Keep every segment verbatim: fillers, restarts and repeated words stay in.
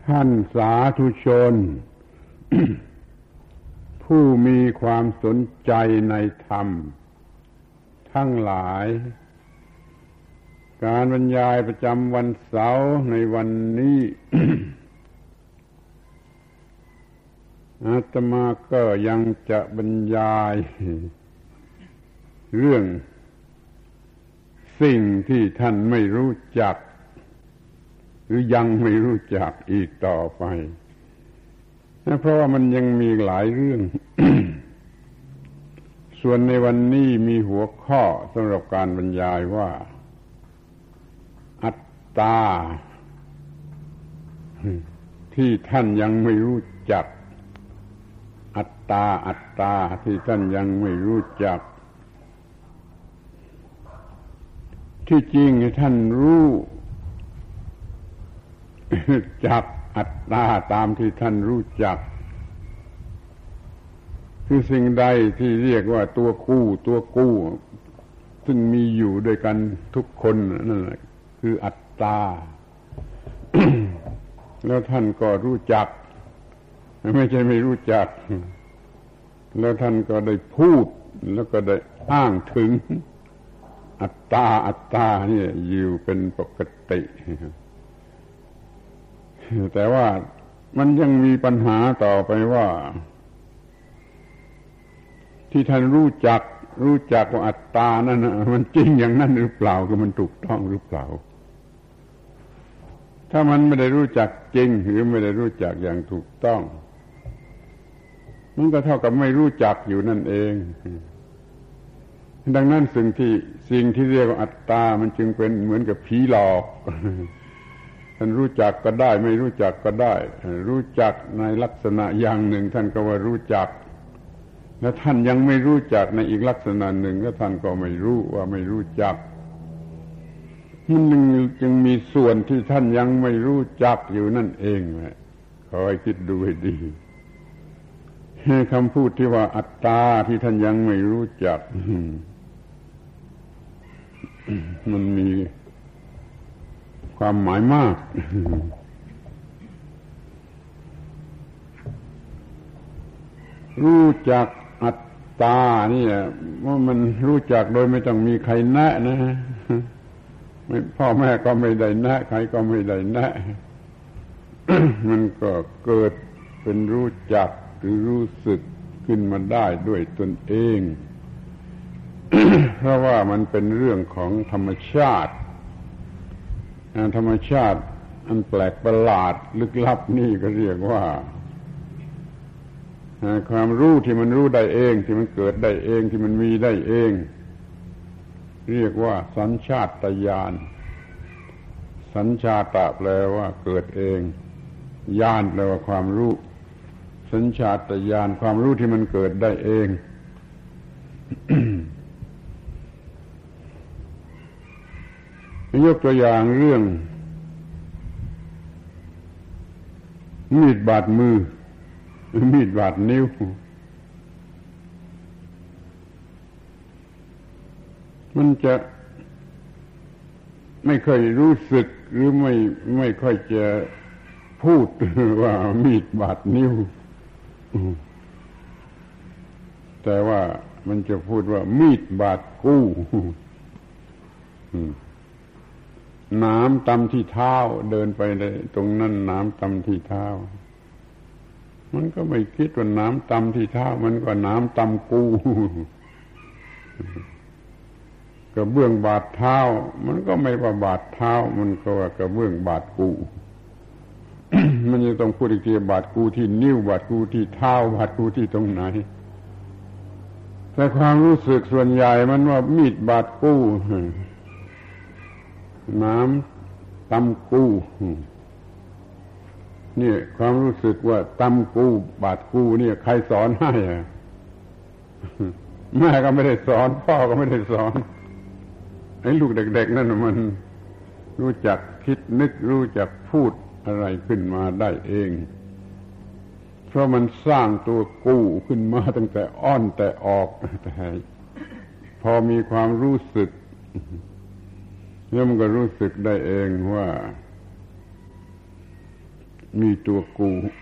ท่านสาธุชน ผู้มีความสนใจในธรรมทั้งหลายการบรรยายประจำวันเสาร์ในวันนี้ อาตมาก็ยังจะบรรยายเรื่องสิ่งที่ท่านไม่รู้จักหรือยังไม่รู้จักอีกต่อไปเพราะว่ามันยังมีหลายเรื่อง ส่วนในวันนี้มีหัวข้อสำหรับการบรรยายว่าอัตตาที่ท่านยังไม่รู้จักอัตตาอัตตาที่ท่านยังไม่รู้จักที่จริงท่านรู้จักอัตตาตามที่ท่านรู้จักคือสิ่งใดที่เรียกว่าตัวกู้ตัวกู้ซึ่งมีอยู่ด้วยกันทุกคนนั่นแหละคืออัตตา แล้วท่านก็รู้จักไม่ใช่ไม่รู้จักแล้วท่านก็ได้พูดแล้วก็ได้อ้างถึงอัตตาอัตตาเนี่ยอยู่เป็นปกติแต่ว่ามันยังมีปัญหาต่อไปว่าที่ท่านรู้จักรู้จักว่าอัตตานั่นนะมันจริงอย่างนั้นหรือเปล่าคือมันถูกต้องหรือเปล่าถ้ามันไม่ได้รู้จักจริงหรือไม่ได้รู้จักอย่างถูกต้องมันก็เท่ากับไม่รู้จักอยู่นั่นเองดังนั้นสิ่งที่สิ่งที่เรียกว่าอัตตามันจึงเป็นเหมือนกับผีหลอกท่านรู้จักก็ได้ไม่รู้จักก็ได้รู้จักในลักษณะอย่างหนึ่งท่านก็ว่ารู้จักแล้วท่านยังไม่รู้จักในอีกลักษณะหนึ่งแล้วท่านก็ไม่รู้ว่าไม่รู้จักมันจึงมีส่วนที่ท่านยังไม่รู้จักอยู่นั่นเองแหละขอให้คิดดูให้ดีคำพูดที่ว่าอัตตาที่ท่านยังไม่รู้จักมันมีความหมายมากรู้จักอัตตานี่ว่ามันรู้จักโดยไม่ต้องมีใครแนะนะพ่อแม่ก็ไม่ได้แนะใครก็ไม่ได้แนะ มันก็เกิดเป็นรู้จักหรือรู้สึกขึ้นมาได้ด้วยตนเอง เพราะว่ามันเป็นเรื่องของธรรมชาติธรรมชาติอันแปลกประหลาดลึกลับนี่ก็เรียกว่าความรู้ที่มันรู้ได้เองที่มันเกิดได้เองที่มันมีได้เองเรียกว่าสัญชาตญาณสัญชาตะแปลว่าเกิดเองญาณแปลว่าความรู้สัญชาตญาณความรู้ที่มันเกิดได้เอง ยกตัวอย่างเรื่องมีดบาดมือมีดบาดนิ้วมันจะไม่ค่อยรู้สึกหรือไม่ไม่ค่อยจะพูดว่ามีดบาดนิ้วแต่ว่ามันจะพูดว่ามีดบาดกู้น้ำตำที่เท้าเดินไปเลยตรงนั้นน้ำตำที่เท้ามันก็ไม่คิดว่าน้ำตำที่เท้ามันก็น้ำตำกู้กระเบื้องบาดเท้ามันก็ไม่ว่าบาดเท้ามันก็ว่ากระเบื้องบาดกู้ มันจะต้องพูดอีกทีบาดกู้ที่นิ้วบาดกู้ที่เท้าบาดกู้ที่ตรงไหนแต่ความรู้สึกส่วนใหญ่มันว่ามีดบาดกู้น้ำตำกู้นี่ความรู้สึกว่าตำกู้บาดกู้นี่ใครสอนให้แม่ก็ไม่ได้สอนพ่อก็ไม่ได้สอนไอ้ลูกเด็กๆนั่นมันรู้จักคิดนึกรู้จักพูดอะไรขึ้นมาได้เองเพราะมันสร้างตัวกู้ขึ้นมาตั้งแต่อ้อนแต่ออกแต่พอมีความรู้สึกแล้วมันก็รู้สึกได้เองว่ามีตัวกู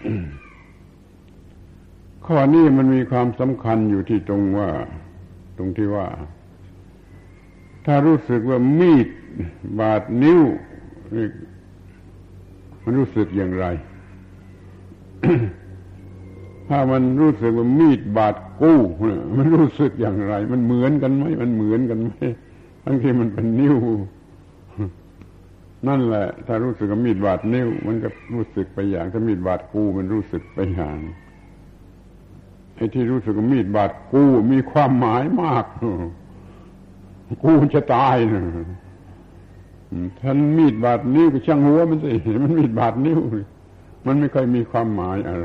ข้อนี้มันมีความสำคัญอยู่ที่ตรงว่าตรงที่ว่าถ้ารู้สึกว่ามีดบาดนิ้วนี่มันรู้สึกอย่างไร ถ้ามันรู้สึกว่ามีดบาดกู้มันรู้สึกอย่างไรมันเหมือนกันไหมมันเหมือนกันไหมทั้งที่มันเป็นนิ้วนั่นแหละถ้ารู้สึกว่ามีดบาดนิ้วมันก็รู้สึกไปอย่างถ้ามีดบาดกู้มันรู้สึกไปอย่างไอ้ที่รู้สึกว่ามีดบาดกู้มีความหมายมากกู้จะตายนะท่านมีดบาดนิ้วก็ช่างหัวมันสิมันมีดบาดนิ้วมันไม่เคยมีความหมายอะไร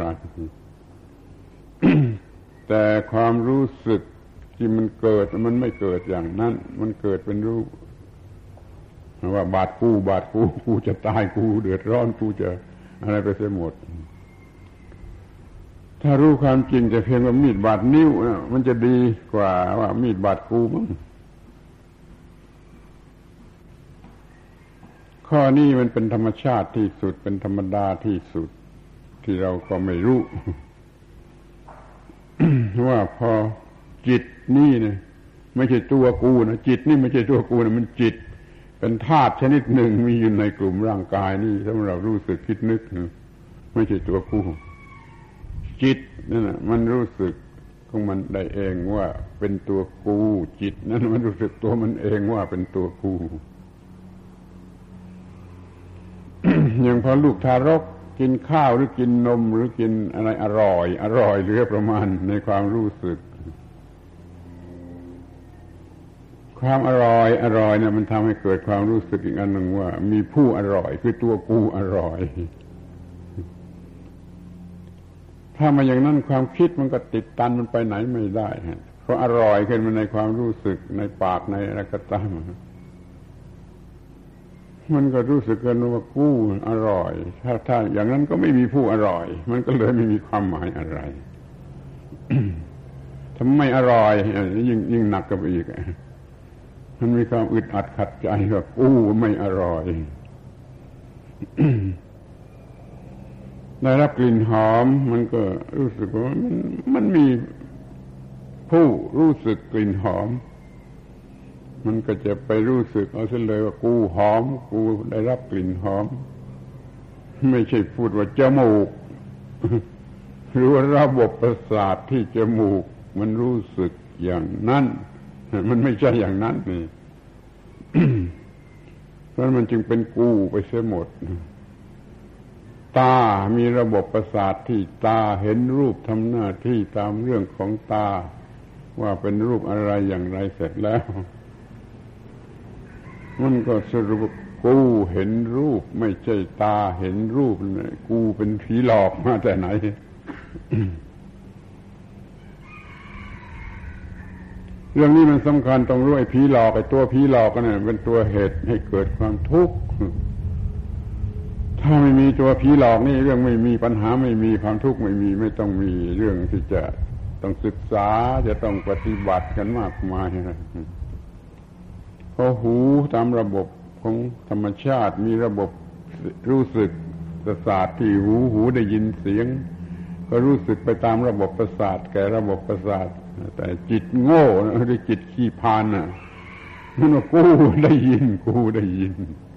แต่ความรู้สึกที่มันเกิดมันไม่เกิดอย่างนั้นมันเกิดเป็นรู้ว่าบาดกูบาดกูกูจะตายกูเดือดร้อนกูจะอะไรไปเสียหมดถ้ารู้ความจริงจะเพียงว่ามีดบาดนิ้วนะมันจะดีกว่าว่ามีดบาดกูมั้งข้อนี้มันเป็นธรรมชาติที่สุดเป็นธรรมดาที่สุดที่เราก็ไม่รู้ ว่าพอจิตนี่เนี่ยไม่ใช่ตัวกูนะจิตนี่ไม่ใช่ตัวกูนะมันจิตเป็นธาตุชนิดหนึ่งมีอยู่ในกลุ่มร่างกายนี่ถ้าเรารู้สึกคิดนึกไม่ใช่ตัวกูจิตนั่นน่ะมันรู้สึกของมันได้เองว่าเป็นตัวกูจิตนั่นมันรู้สึกตัวมันเองว่าเป็นตัวกู อย่างพอลูกทารกกินข้าวหรือกินนมหรือกินอะไรอร่อยอร่อยเหลือประมาณในความรู้สึกความอร่อยอร่อยเนี่ยมันทำให้เกิดความรู้สึกอีกอันหนึ่งว่ามีผู้อร่อยคือตัวกูอร่อยถ้ามาอย่างนั้นความคิดมันก็ติดตันมันไปไหนไม่ได้เพราะอร่อยขึ้นมาในความรู้สึกในปากในอะไรก็ตามมันก็รู้สึกกันว่ากู้อร่อยถ้าถ้าอย่างนั้นก็ไม่มีผู้อร่อยมันก็เลยไม่มีความหมายอะไร ทำไมอร่อยยิ่งยิ่งหนักกับอีกมันมีความอึดอัดขัดใจว่ากู้ไม่อร่อย ได้รับกลิ่นหอมมันก็รู้สึกว่ามันมันมีผู้รู้สึกกลิ่นหอมมันก็จะไปรู้สึกเอาเสียเลยว่ากูหอมกูได้รับกลิ่นหอมไม่ใช่พูดว่าจมูก หรือว่าระบบประสาทที่จมูกมันรู้สึกอย่างนั้นมันไม่ใช่อย่างนั้นนี่ เพราะมันจึงเป็นกูไปเสียหมดตามีระบบประสาทที่ตาเห็นรูปทำหน้าที่ตามเรื่องของตาว่าเป็นรูปอะไรอย่างไรเสร็จแล้วมันก็สรุปกูเห็นรูปไม่ใช่ตาเห็นรูปกูเป็นผีหลอกมาแต่ไหน เรื่องนี้มันสำคัญต้องรู้ไอ้ผีหลอกไอ้ตัวผีหลอกเนี่ยเป็นตัวเหตุให้เกิดความทุกข์ถ้าไม่มีตัวผีหลอกนี่เรื่องไม่มีปัญหาไม่มีความทุกข์ไม่มีไม่ต้องมีเรื่องที่จะต้องศึกษาจะต้องปฏิบัติกันมากมายนะพอหูตามระบบของธรรมชาติมีระบบรู้สึกประสาทที่หูหูได้ยินเสียงก็รู้สึกไปตามระบบประสาทแก่ระบบประสาทแต่จิตโง่หรือจิตขี้พานน่ะมันว่ากูได้ยินกูได้ยิน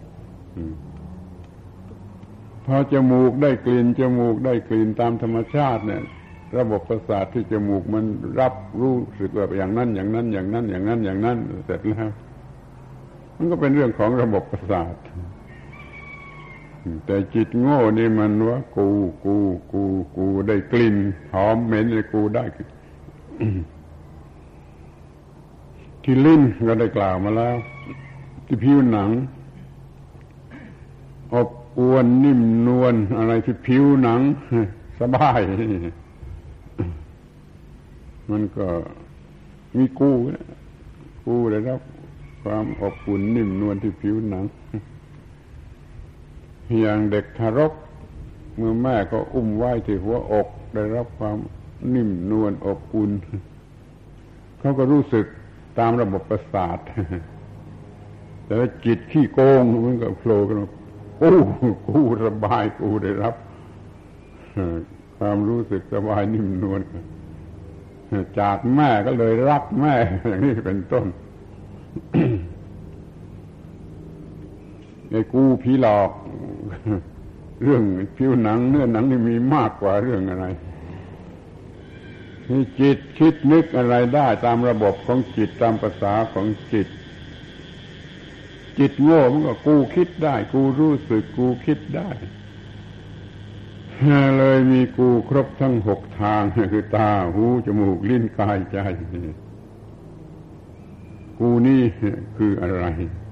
พอจมูกได้กลิ่นจมูกได้กลิ่นตามธรรมชาติเนี่ยระบบประสาทที่จมูกมันรับรู้สึกว่าอย่างนั้นอย่างนั้นอย่างนั้นอย่างนั้นอย่างนั้นเสร็จแล้วมันก็เป็นเรื่องของระบบประสาทแต่จิตโง่นี่มันว่ากูกูกูกูได้กลิ่นหอมเหม็นเลยกูได้ที่ลิ้นก็ได้กล่าวมาแล้วที่ผิวหนังอบอวลนิ่มนวลอะไรที่ผิวหนังสบายมันก็มีกูกูได้รับความอบอุ่นนิ่มนวลที่ผิวหนังอย่างเด็กทารกเมื่อแม่ก็อุ้มไว้ที่หัวอกได้รับความนิ่มนวลอบอุ่นเขาก็รู้สึกตามระบบประสาทแต่จิตขี้โกงมันก็โผล่ขึ้นมากูกูระบายกูได้รับความรู้สึกสบายนิ่มนวลจากแม่ก็เลยรักแม่อย่างนี้เป็นต้น ไอ้กูผีหลอกเรื่องผิวหนังเนื้อหนังนี่มีมากกว่าเรื่องอะไรที่จิตคิดนึกอะไรได้ตามระบบของจิตตามภาษาของจิตจิตโง่มันก็กูคิดได้กูรู้สึกกูคิดได้เลยมีกูครบทั้งหกทางคือตาหูจมูกลิ้นกายใจกูนี่คืออะไร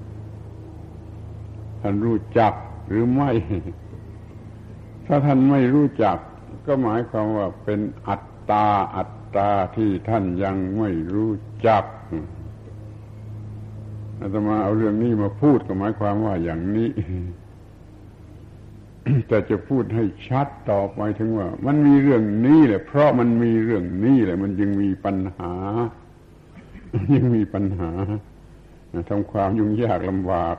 ท่านรู้จักหรือไม่ถ้าท่านไม่รู้จักก็หมายความว่าเป็นอัตตาอัตตาที่ท่านยังไม่รู้จักอาตมาเอาเรื่องนี้มาพูดก็หมายความว่าอย่างนี้ แต่จะพูดให้ชัดต่อไปถึงว่ามันมีเรื่องนี้แหละเพราะมันมีเรื่องนี้แหละมันจึงมีปัญหายังมีปัญหาทำความยุ่งยากลำบาก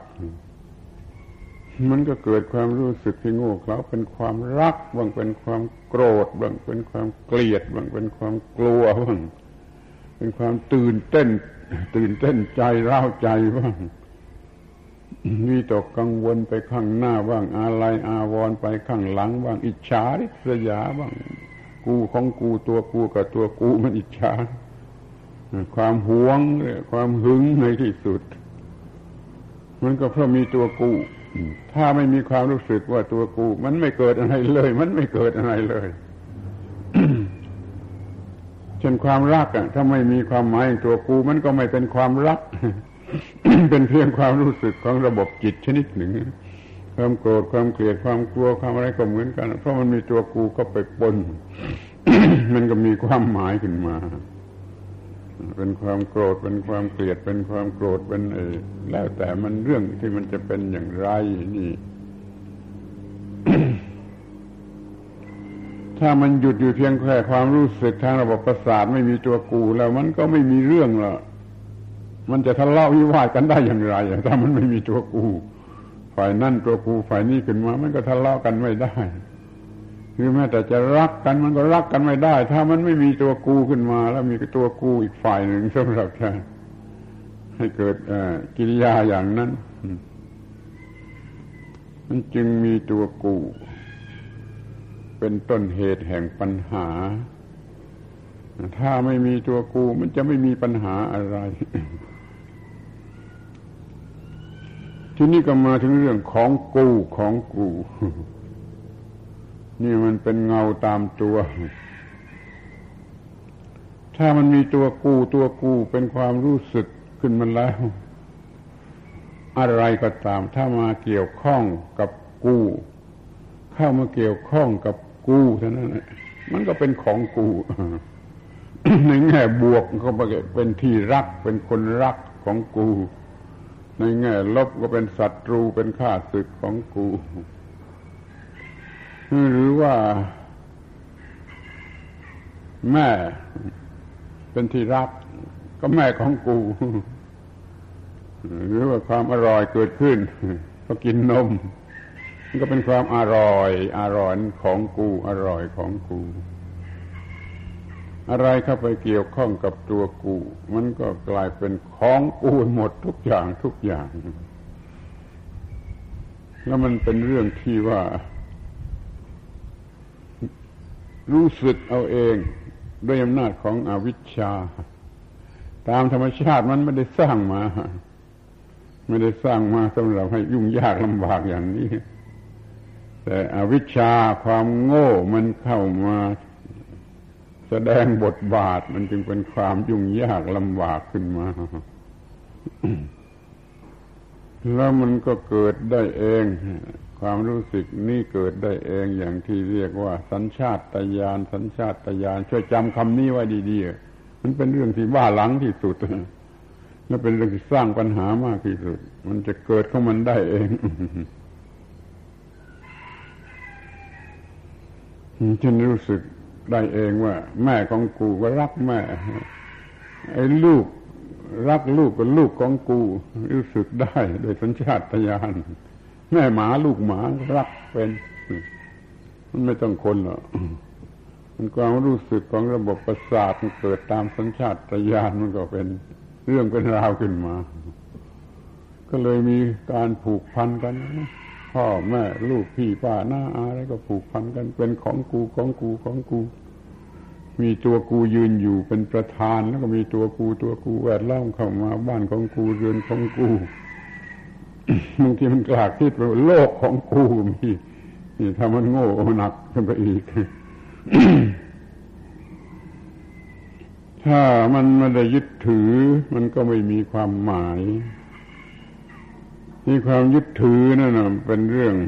มันก็เกิดความรู้สึกที่โง่เขลาเป็นความรักบ้างเป็นความโกรธบ้างเป็นความเกลียดบ้างเป็นความกลัวบ้างเป็นความตื่นเต้นตื่นเต้นใจร้าวใจบ้างวิตกกังวลไปข้างหน้าบ้างอาลัยอาวรณ์ไปข้างหลังบ้างอิจฉาริษยาบ้างกูของกูตัวกูกับตัวกูมันอิจฉาความหวงความหึงในที่สุดมันก็เพราะมีตัวกูถ้าไม่มีความรู้สึกว่าตัวกูมันไม่เกิดอะไรเลยมันไม่เกิดอะไรเลย เช่นความรักอ่ะถ้าไม่มีความหมายของตัวกูมันก็ไม่เป็นความรัก เป็นเพียงความรู้สึกของระบบจิตชนิดหนึ่งความโกรธความเกลียดความกลัวความอะไรก็เหมือนกันเพราะมันมีตัวกูเข้าไปปน มันก็มีความหมายขึ้นมาเป็นความโกรธเป็นความเกลียดเป็นความโกรธเป็นเออแล้วแต่มันเรื่องที่มันจะเป็นอย่างไรนี่ ถ้ามันหยุดอยู่เพียงแค่ความรู้สึกทางระบบประสาทไม่มีตัวกูแล้วมันก็ไม่มีเรื่องหรอกมันจะทะเลาะวิวาทกันได้อย่างไรถ้ามันไม่มีตัวกูฝ่ายนั่นตัวกูฝ่ายนี้ขึ้นมามันก็ทะเลาะกันไม่ได้คือแม้แต่จะรักกันมันก็รักกันไม่ได้ถ้ามันไม่มีตัวกูขึ้นมาแล้วมีตัวกูอีกฝ่ายหนึ่งสำหรับจะให้เกิดกิริยาอย่างนั้นมันจึงมีตัวกูเป็นต้นเหตุแห่งปัญหาถ้าไม่มีตัวกูมันจะไม่มีปัญหาอะไร ทีนี้ก็มาถึงเรื่องของกูของกูนี่มันเป็นเงาตามตัวถ้ามันมีตัวกูตัวกูเป็นความรู้สึกขึ้นมาแล้วอะไรก็ตามถ้ามาเกี่ยวข้องกับกูเข้ามาเกี่ยวข้องกับกูเท่านั้นมันก็เป็นของกู ในแง่บวกก็เป็นที่รักเป็นคนรักของกูในแง่ลบก็เป็นศัตรูเป็นข้าศึกของกูหรือว่าแม่เป็นที่รักก็แม่ของกูหรือว่าความอร่อยเกิดขึ้นก็กินนมมันก็เป็นความอร่อยอร่อยของกูอร่อยของกูอะไรเข้าไปเกี่ยวข้องกับตัวกูมันก็กลายเป็นของกูหมดทุกอย่างทุกอย่างแล้วมันเป็นเรื่องที่ว่ารู้สึกเอาเองด้วยอำนาจของอวิชชาตามธรรมชาติมันไม่ได้สร้างมาไม่ได้สร้างมาสำหรับให้ยุ่งยากลำบากอย่างนี้แต่อวิชชาความโง่มันเข้ามาแสดงบทบาทมันจึงเป็นความยุ่งยากลำบากขึ้นมา แล้วมันก็เกิดได้เองความรู้สึกนี่เกิดได้เองอย่างที่เรียกว่าสัญชาตญาณสัญชาตญาณช่วยจำคำนี้ไว้ดีๆมันเป็นเรื่องที่บ้าหลังที่สุดและเป็นเรื่องที่สร้างปัญหามากที่สุดมันจะเกิดของมันได้เองฉันรู้สึกได้เองว่าแม่ของกูก็รักแม่ไอ้ลูกรักลูกก็ลูกของกูรู้สึกได้โดยสัญชาตญาณแม่หมาลูกหมารักเป็นมันไม่ต้องคนหรอกมันความรู้สึกของระบบประสาทมันเกิดตามสัญชาตญาณมันก็เป็นเรื่องเป็นราวขึ้นมาก็เลยมีการผูกพันกันพ่อแม่ลูกพี่ป้าน้าอาอะไรก็ผูกพันกันเป็นของกูของกูของกูมีตัวกูยืนอยู่เป็นประธานแล้วก็มีตัวกูตัวกูแวดล้อมเข้ามาบ้านของกูเรือนของกูบางทีมันกลากคิดว่าโลกของกูมีนี่ถ้ามันโง่หนักขึ้นไปอีก ถ้ามันไม่ได้ยึดถือมันก็ไม่มีความหมายนี่ความยึดถือนั่นน่ะเป็นเรื่อง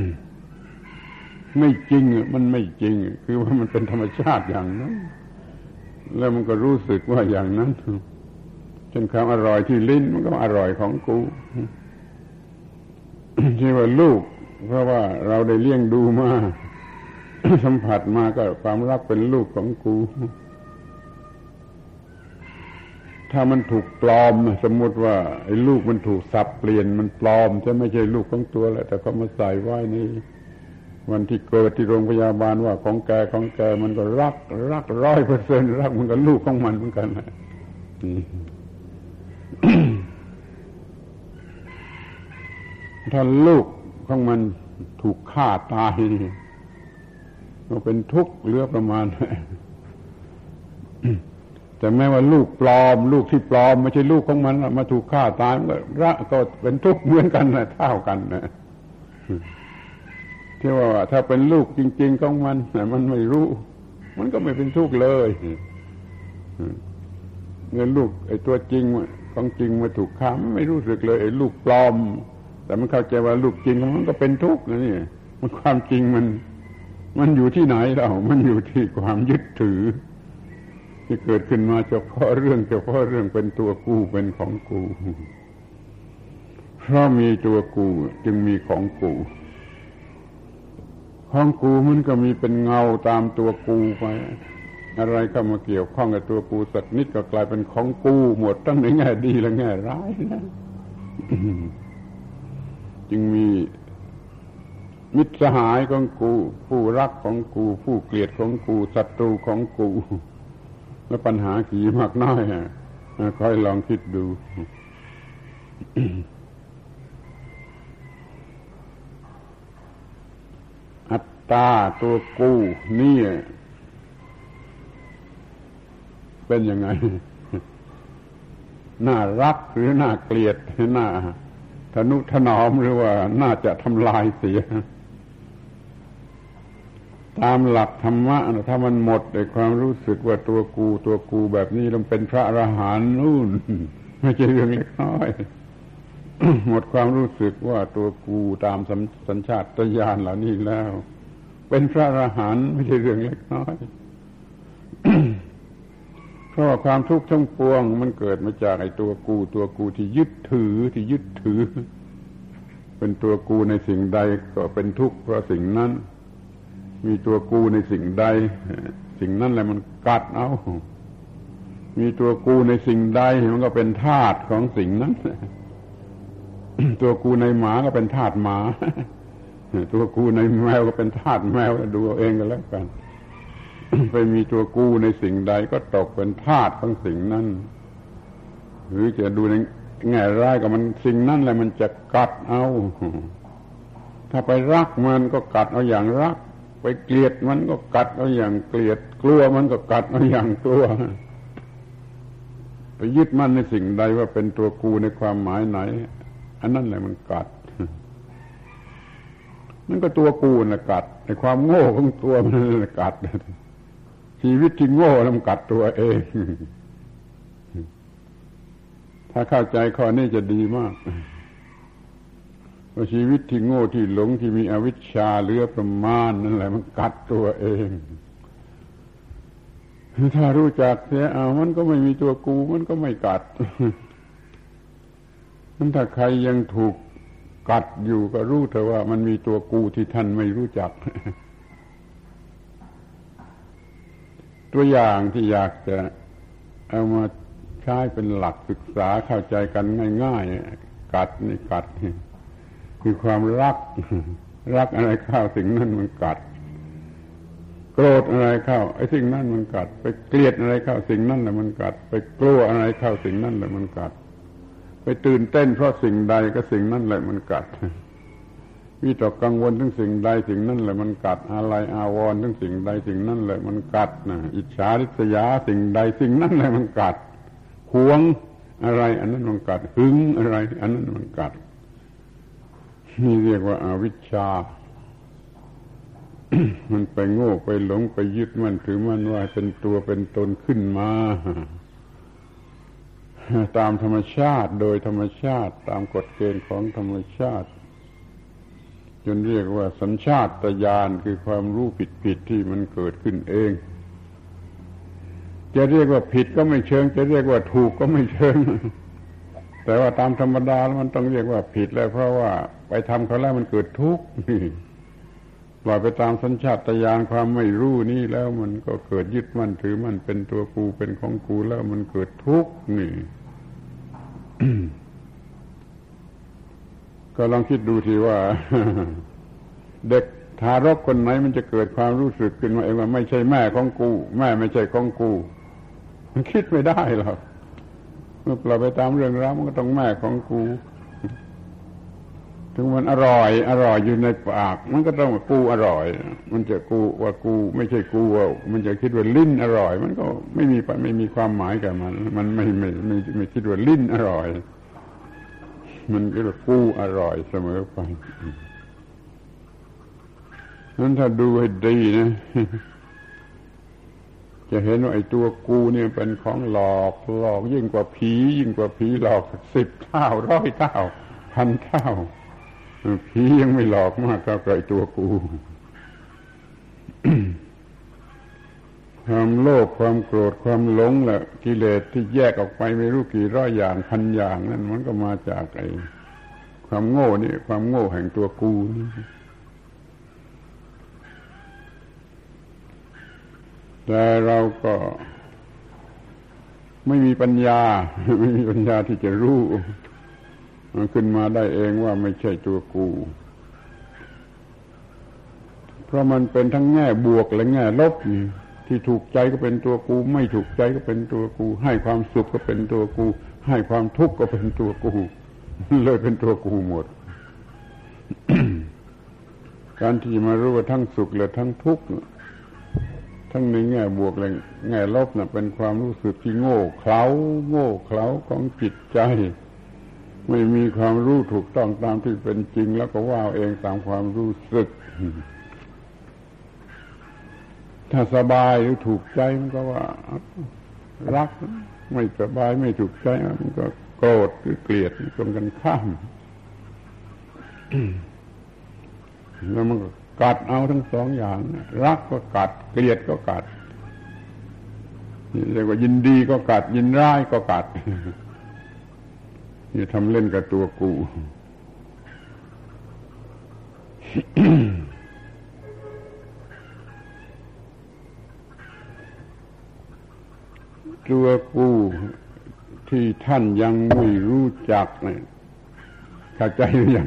ไม่จริงมันไม่จริงคือว่ามันเป็นธรรมชาติอย่างนั้นแล้วมันก็รู้สึกว่าอย่างนั้นเช่นความอร่อยที่ลิ้นมันก็อร่อยของกูที่ว่าลูกเพราะว่าเราได้เลี้ยงดูมา สัมผัสมาก็ความรักเป็นลูกของกูถ้ามันถูกปลอมสมมติว่าไอ้ลูกมันถูกสับเปลี่ยนมันปลอมจะไม่ใช่ลูกของตัวแหละแต่เขามาใส่ไว้ในวันที่เกิดที่โรงพยาบาลว่าของแกของแกมันก็รักรักร้อยเปอร์เซ็นต์รักมันก็ลูกของมันเหมือนกันนะถ้าลูกของมันถูกฆ่าตายก็เป็นทุกข์เหลือประมาณแต่แม้ว่าลูกปลอมลูกที่ปลอมไม่ใช่ลูกของมันมาถูกฆ่าตายมันก็รักก็เป็นทุกข์เหมือนกันนะเท่ากันนะที่ว่าถ้าเป็นลูกจริงๆของมันแต่มันไม่รู้มันก็ไม่เป็นทุกข์เลยเงินลูกไอ้ตัวจริงของจริงมาถูกฆ่าไม่รู้สึกเลยไอ้ลูกปลอมแต่มันเข้าใจว่าลูกจริงมันก็เป็นทุกข์นะนี่มันความจริงมันมันอยู่ที่ไหนเรามันอยู่ที่ความยึดถือที่เกิดขึ้นมาเฉพาะเรื่องเฉพาะเรื่องเป็นตัวกูเป็นของกูเพราะมีตัวกูจึงมีของกูของกูมันก็มีเป็นเงาตามตัวกูไปอะไรเข้ามาเกี่ยวข้องกับตัวกูสักนิดก็กลายเป็นของกูหมดทั้งในแง่ดีและแง่ร้ายนะ จึงมีมิตรสหายของกูผู้รักของกูผู้เกลียดของกูศัตรูของกูแล้วปัญหากี่มากน้อยค่อยลองคิดดู อัตตาตัวกูนี่เป็นยังไง น่ารักหรือน่าเกลียดน่าทนุถนอมหรือว่าน่าจะทำลายเสียตามหลักธรรมะถ้ามันหมดในความรู้สึกว่าตัวกูตัวกูแบบนี้ต้องเป็นพระอรหันต์นู่นไม่ใช่เรื่องเล็กน้อย หมดความรู้สึกว่าตัวกูตามสัญชาตญาณเหล่านี้แล้วเป็นพระอรหันต์ไม่ใช่เรื่องเล็กน้อย เพราะว่าความทุกข์ทั้งปวงมันเกิดมาจากไอ้ตัวกูตัวกูที่ยึดถือที่ยึดถือเป็นตัวกูในสิ่งใดก็เป็นทุกข์เพราะสิ่งนั้นมีตัวกูในสิ่งใดสิ่งนั้นแหละมันกัดเอามีตัวกูในสิ่งใดมันก็เป็นทาสของสิ่งนั้น ตัวกูในหมาก็เป็นทาสหมา ตัวกูในแมวก็เป็นทาสแมวดูเอาเองก็แล้วกัน ไปมีตัวกูในสิ่งใดก็ตกเป็นทาสของสิ่งนั้นหรือจะดูในแง่ร้ายก็มันสิ่งนั้นแหละมันจะกัดเอาถ้าไปรักมันก็กัดเอาอย่างรักไปเกลียดมันก็กัดเอาอย่างเกลียดกลัวมันก็กัดเอาอย่างกลัวไปยึดมั่นในสิ่งใดว่าเป็นตัวกูในความหมายไหนอันนั้นแหละมันกัดมันก็ตัวกูน่ะกัดในความโง่ของตัวมันน่ะกัดชีวิตที่โง่แล้วมันกัดตัวเองถ้าเข้าใจข้อนี้จะดีมากว่าชีวิตที่โง่ที่หลงที่มีอวิชชาเหลือประมาณนั่นแหละมันกัดตัวเองถ้ารู้จักเสียเอามันก็ไม่มีตัวกูมันก็ไม่กัดนั้นถ้าใครยังถูกกัดอยู่ก็รู้เถอะว่ามันมีตัวกูที่ท่านไม่รู้จักตัวอย่างที่อยากจะเอามาใช้เป็นหลักศึกษาเข้าใจกันง่ายๆกัดนี่กัดคือความรักรักอะไรเข้าสิ่งนั้นมันกัดโกรธอะไรเข้าไอ้สิ่งนั้นมันกัดไปเกลียดอะไรเข้าสิ่งนั้นแหละมันกัดไปกลัวอะไรเข้าสิ่งนั้นแหละมันกัดไปตื่นเต้นเพราะสิ่งใดก็สิ่งนั้นแหละมันกัดวิตกกังวลถึงสิ่งใดสิ่งนั้นแหละมันกัดอะไรอาวรณ์ถึงสิ่งใดสิ่งนั้นแหละมันกัดนะอิจฉาริษยาสิ่งใดสิ่งนั้นแหละมันกัดหวงอะไรอันนั้นมันกัดหึงอะไรอันนั้นมันกัดนี่เรียกว่าอวิชชา มันไปโง่ไปหลงไปยึดมั่นถือมั่นว่าเป็นตัวเป็นตนขึ้นมาตามธรรมชาติโดยธรรมชาติตามกฎเกณฑ์ของธรรมชาติจนเรียกว่าสัญชาตญาณคือความรู้ผิดๆที่มันเกิดขึ้นเองจะเรียกว่าผิดก็ไม่เชิงจะเรียกว่าถูกก็ไม่เชิงแต่ว่าตามธรรมดาแล้วมันต้องเรียกว่าผิดแล้วเพราะว่าไปทำเขาแล้วมันเกิดทุกข์ปล่อยไปตามสัญชาตญาณความไม่รู้นี่แล้วมันก็เกิดยึดมั่นถือมั่นเป็นตัวกูเป็นของกูแล้วมันเกิดทุกข์นี่ ก็ลองคิดดูทีว่า เด็กทารกคนไหนมันจะเกิดความรู้สึกขึ้นมาเองว่าไม่ใช่แม่ของกูแม่ไม่ใช่ของกูมันคิดไม่ได้หรอกเมื่อปล่อยไปตามเรื่องราวมันก็ต้องแม่ของกูถึงมันอร่อยอร่อยอยู่ในปากมันก็ต้องกูอร่อยมันจะกูว่ากูไม่ใช่กูว่ามันจะคิดว่าลิ้นอร่อยมันก็ไม่มีไม่มีความหมายกับมันมันไม่ไม่ไม่ไม่คิดว่าลิ้นอร่อยมันคิดว่ากูอร่อยเสมอไปนั้นถ้าดูให้ดีนะจะเห็นว่าไอ้ตัวกูเนี่ยเป็นของหลอกหลอกยิ่งกว่าผียิ่งกว่าผีหลอกสิบเท่าร้อยเท่าพันเท่าผียังไม่หลอกมากเท่ากับไอ้ตัวกู ความโลภความโกรธความหลงแหละกิเลสที่แยกออกไปไม่รู้กี่ร้อยอย่างพันอย่างนั่นมันก็มาจากไอ้ความโง่นี่ความโง่แห่งตัวกูนี่แต่เราก็ไม่มีปัญญาไม่มีปัญญาที่จะรู้มันขึ้นมาได้เองว่าไม่ใช่ตัวกูเพราะมันเป็นทั้งแง่บวกและแง่ลบนี่ที่ถูกใจก็เป็นตัวกูไม่ถูกใจก็เป็นตัวกูให้ความสุขก็เป็นตัวกูให้ความทุกข์ก็เป็นตัวกูเลยเป็นตัวกูหมด การที่มารู้ว่าทั้งสุขและทั้งทุกข์ทั้งในแง่บวกและแง่ลบน่ะเป็นความรู้สึกที่โง่เขลาโง่เขลาของจิตใจไม่มีความรู้ถูกต้องตามที่เป็นจริงแล้วก็ว่าเองตามความรู้สึกถ้าสบายหรือถูกใจมันก็ว่ารักไม่สบายไม่ถูกใจมันก็โกรธหรือเกลียดตรงกันข้ามแล้วมันก็กัดเอาทั้งสองอย่างรักก็กัดเกลียดก็กัดเรียกว่ายินดีก็กัดยินร้ายก็กัดนี่ทำเล่นกับตัวกู ตัวกูที่ท่านยังไม่รู้จักเนี่ยเข้าใจหรือยัง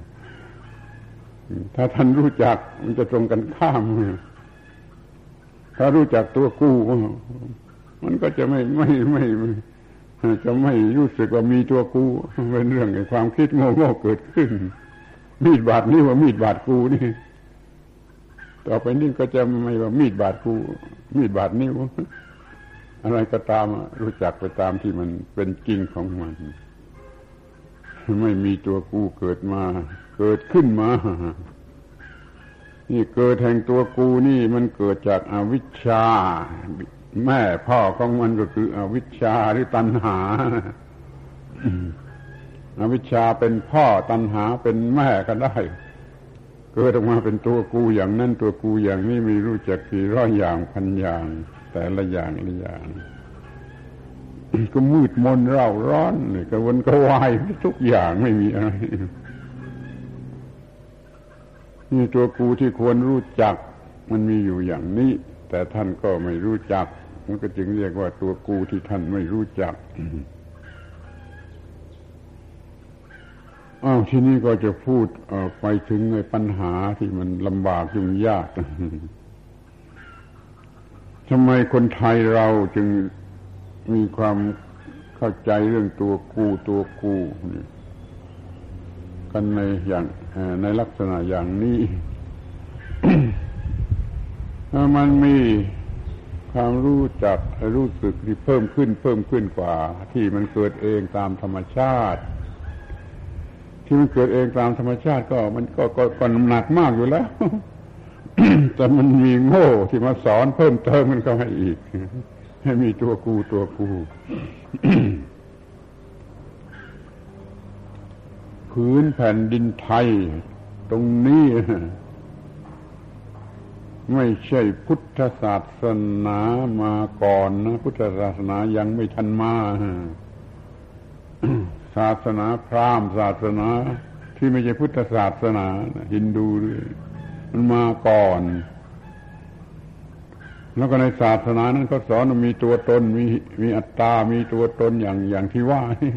ถ้าท่านรู้จักมันจะตรงกันข้ามถ้ารู้จักตัวกูมันก็จะไม่ไม่ไม่จะไม่รู้สึกว่ามีตัวกูเป็นเรื่องไอ้ความคิดโง่ๆเกิดขึ้นมีดบาดนิ้วว่ามีดบาดกูนี่ต่อไปนี้ก็จะไม่ว่ามีดบาดกูมีดบาดนิ้วอะไรก็ตามรู้จักไปตามที่มันเป็นจริงของมันไม่มีตัวกูเกิดมาเกิดขึ้นมานี่เกิดแห่งตัวกูนี่มันเกิดจากอวิชชาแม่พ่อของมันก็คืออวิชชาหรือตัณหาอวิชชาเป็นพ่อตัณหาเป็นแม่ก็ได้เกิดออกมาเป็นตัวกูอย่างนั้นตัวกูอย่างนี้ไม่รู้จักกี่ร้อยอย่างพันอย่างแต่ละอย่างละอย่างก็มืดมนเร่าร้อนเลยกระวนกระวายทุกอย่างไม่มีอะไรนี่ตัวกูที่ควรรู้จักมันมีอยู่อย่างนี้แต่ท่านก็ไม่รู้จักมันก็จึงเรียกว่าตัวกูที่ท่านไม่รู้จักอ้าวทีนี้ก็จะพูดไปถึงในปัญหาที่มันลำบากยุ่งยากทำไมคนไทยเราจึงมีความเข้าใจเรื่องตัวกูตัวกูกันในอย่างในลักษณะอย่างนี้ มันมีความรู้จักรู้สึกที่เพิ่มขึ้นเพิ่มขึ้นกว่าที่มันเกิดเองตามธรรมชาติที่มันเกิดเองตามธรรมชาติก็มันก็ก็ก็น้ำหนักมากอยู่แล้ว แต่มันมีโง่ที่มาสอนเพิ่มเติมมันก็ให้อีกให้มีตัวกูตัวกู พื้นแผ่นดินไทยตรงนี้ไม่ใช่พุทธศาสนามาก่อนนะพุทธศาสนายังไม่ทันมา ศาสนาพราหมณ์ศาสนาที่ไม่ใช่พุทธศาสนาฮินดูมันมาก่อนแล้วก็ในศาสนานั้นเขาสอนว่ามีตัวตนมีมีอัตตามีตัวตนอย่างอย่างที่ว่านี่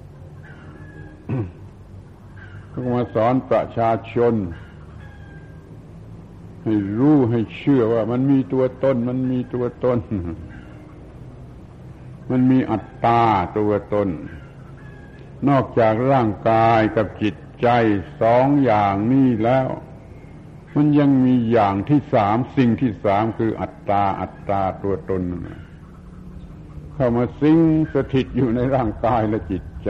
เขามาสอนประชาชนให้รู้ให้เชื่อว่ามันมีตัวตนมันมีตัวตนมันมีอัตตาตัวตนนอกจากร่างกายกับจิตใจสองอย่างนี้แล้วมันยังมีอย่างที่สามสิ่งที่สามคืออัตตาอัตตาตัวตนเข้ามาสิงสถิตอยู่ในร่างกายและจิตใจ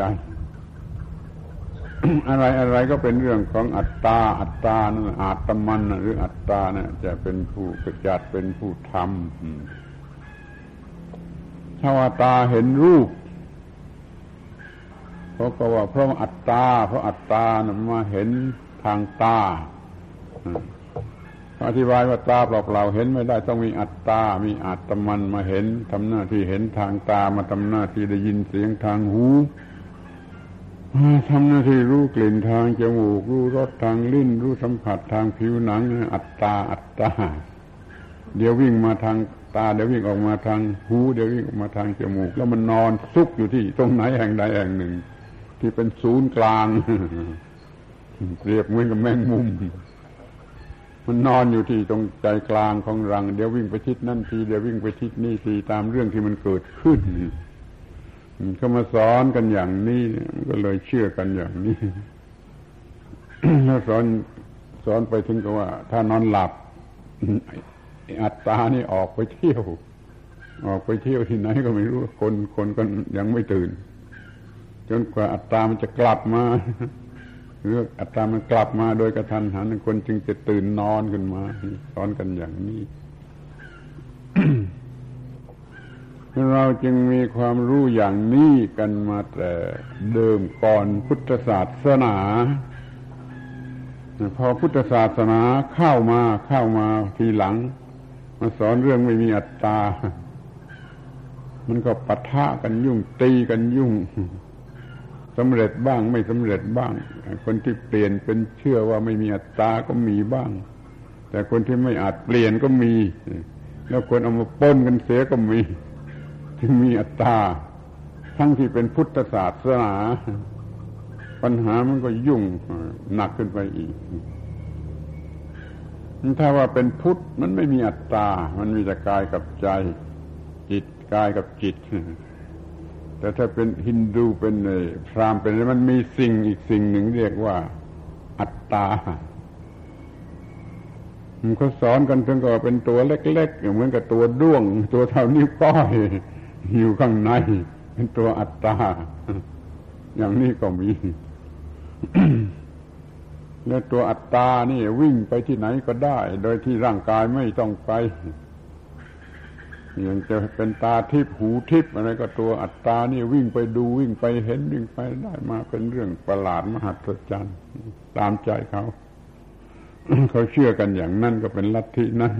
อะไรอะไรก็เป็นเรื่องของอัตตาอัตตานั่นอาตมันหรืออัตตาเนี่ยจะเป็นผู้กระจัดเป็นผู้ทำถ้าว่าตาเห็นรูปเขาก็ว่าเพราะอัตตาเพราะอัตตานะมาเห็นทางตาอธิบายว่าตาเปล่าๆเห็นไม่ได้ต้องมีอัตตามีอาตมันมาเห็นทำหน้าที่เห็นทางตามาทำหน้าที่ได้ยินเสียงทางหูทำหน้าที่รู้กลิ่นทางจมูกรู้รสทางลิ้นรู้สัมผัสทางผิวหนังอัตตาอัตตาเดี๋ยววิ่งมาทางตาเดี๋ยววิ่งออกมาทางหูเดี๋ยววิ่งออกมาทางจมูกแล้วมันนอนซุกอยู่ที่ตรงไหนแห่งใดแห่งหนึ่งที่เป็นศูนย์กลางเปรียบเหมือนกับแมงมุมมันนอนอยู่ที่ตรงใจกลางของรังเดี๋ยววิ่งไปทิศนั่นทีเดี๋ยววิ่งไปทิศนี่ทีตามเรื่องที่มันเกิดขึ้นเขามาสอนกันอย่างนี้มันก็เลยเชื่อกันอย่างนี้ แล้วสอนสอนไปถึงกับว่าถ้านอนหลับอัตตานี่ออกไปเที่ยวออกไปเที่ยวที่ไหนก็ไม่รู้คนคนก็ยังไม่ตื่นจนกว่าอัตตามันจะกลับมาหรืออัตตามันกลับมาโดยกระทันหันคนจึงจะตื่นนอนขึ้นมาสอนกันอย่างนี้ เราจึงมีความรู้อย่างนี้กันมาแต่เดิมก่อนพุทธศาสนาพอพุทธศาสนาเข้ามาเข้ามาทีหลังมาสอนเรื่องไม่มีอัตตามันก็ปะทะกันยุ่งตีกันยุ่งสำเร็จบ้างไม่สำเร็จบ้างคนที่เปลี่ยนเป็นเชื่อว่าไม่มีอัตตาก็มีบ้างแต่คนที่ไม่อาจเปลี่ยนก็มีแล้วคนเอามาปนกันเสียก็มีจึงมีอัตตาทั้งที่เป็นพุทธศาสนาปัญหามันก็ยุ่งหนักขึ้นไปอีกถ้าว่าเป็นพุทธมันไม่มีอัตตามันมีแต่กายกับใจจิตกายกับจิตแต่ถ้าเป็นฮินดูเป็นพราหมณ์เป็นมันมีสิ่งอีกสิ่งหนึ่งเรียกว่าอัตตามันเขาสอนกันถึงก็เป็นตัวเล็กๆเหมือนกับตัวด้วงตัวเท่านิ้วก้อยอยู่ข้างในเป็นตัวอัตตาอย่างนี้ก็มี แล้วตัวอัตตานี่วิ่งไปที่ไหนก็ได้โดยที่ร่างกายไม่ต้องไปอย่างจะเป็นตาทิพย์หูทิพย์อะไรก็ตัวอัตตานี่วิ่งไปดูวิ่งไปเห็นวิ่งไปได้มาเป็นเรื่องประหลาดมหัศจรรย์ตามใจเขา เขาเชื่อกันอย่างนั้นก็เป็นลัทธินั้น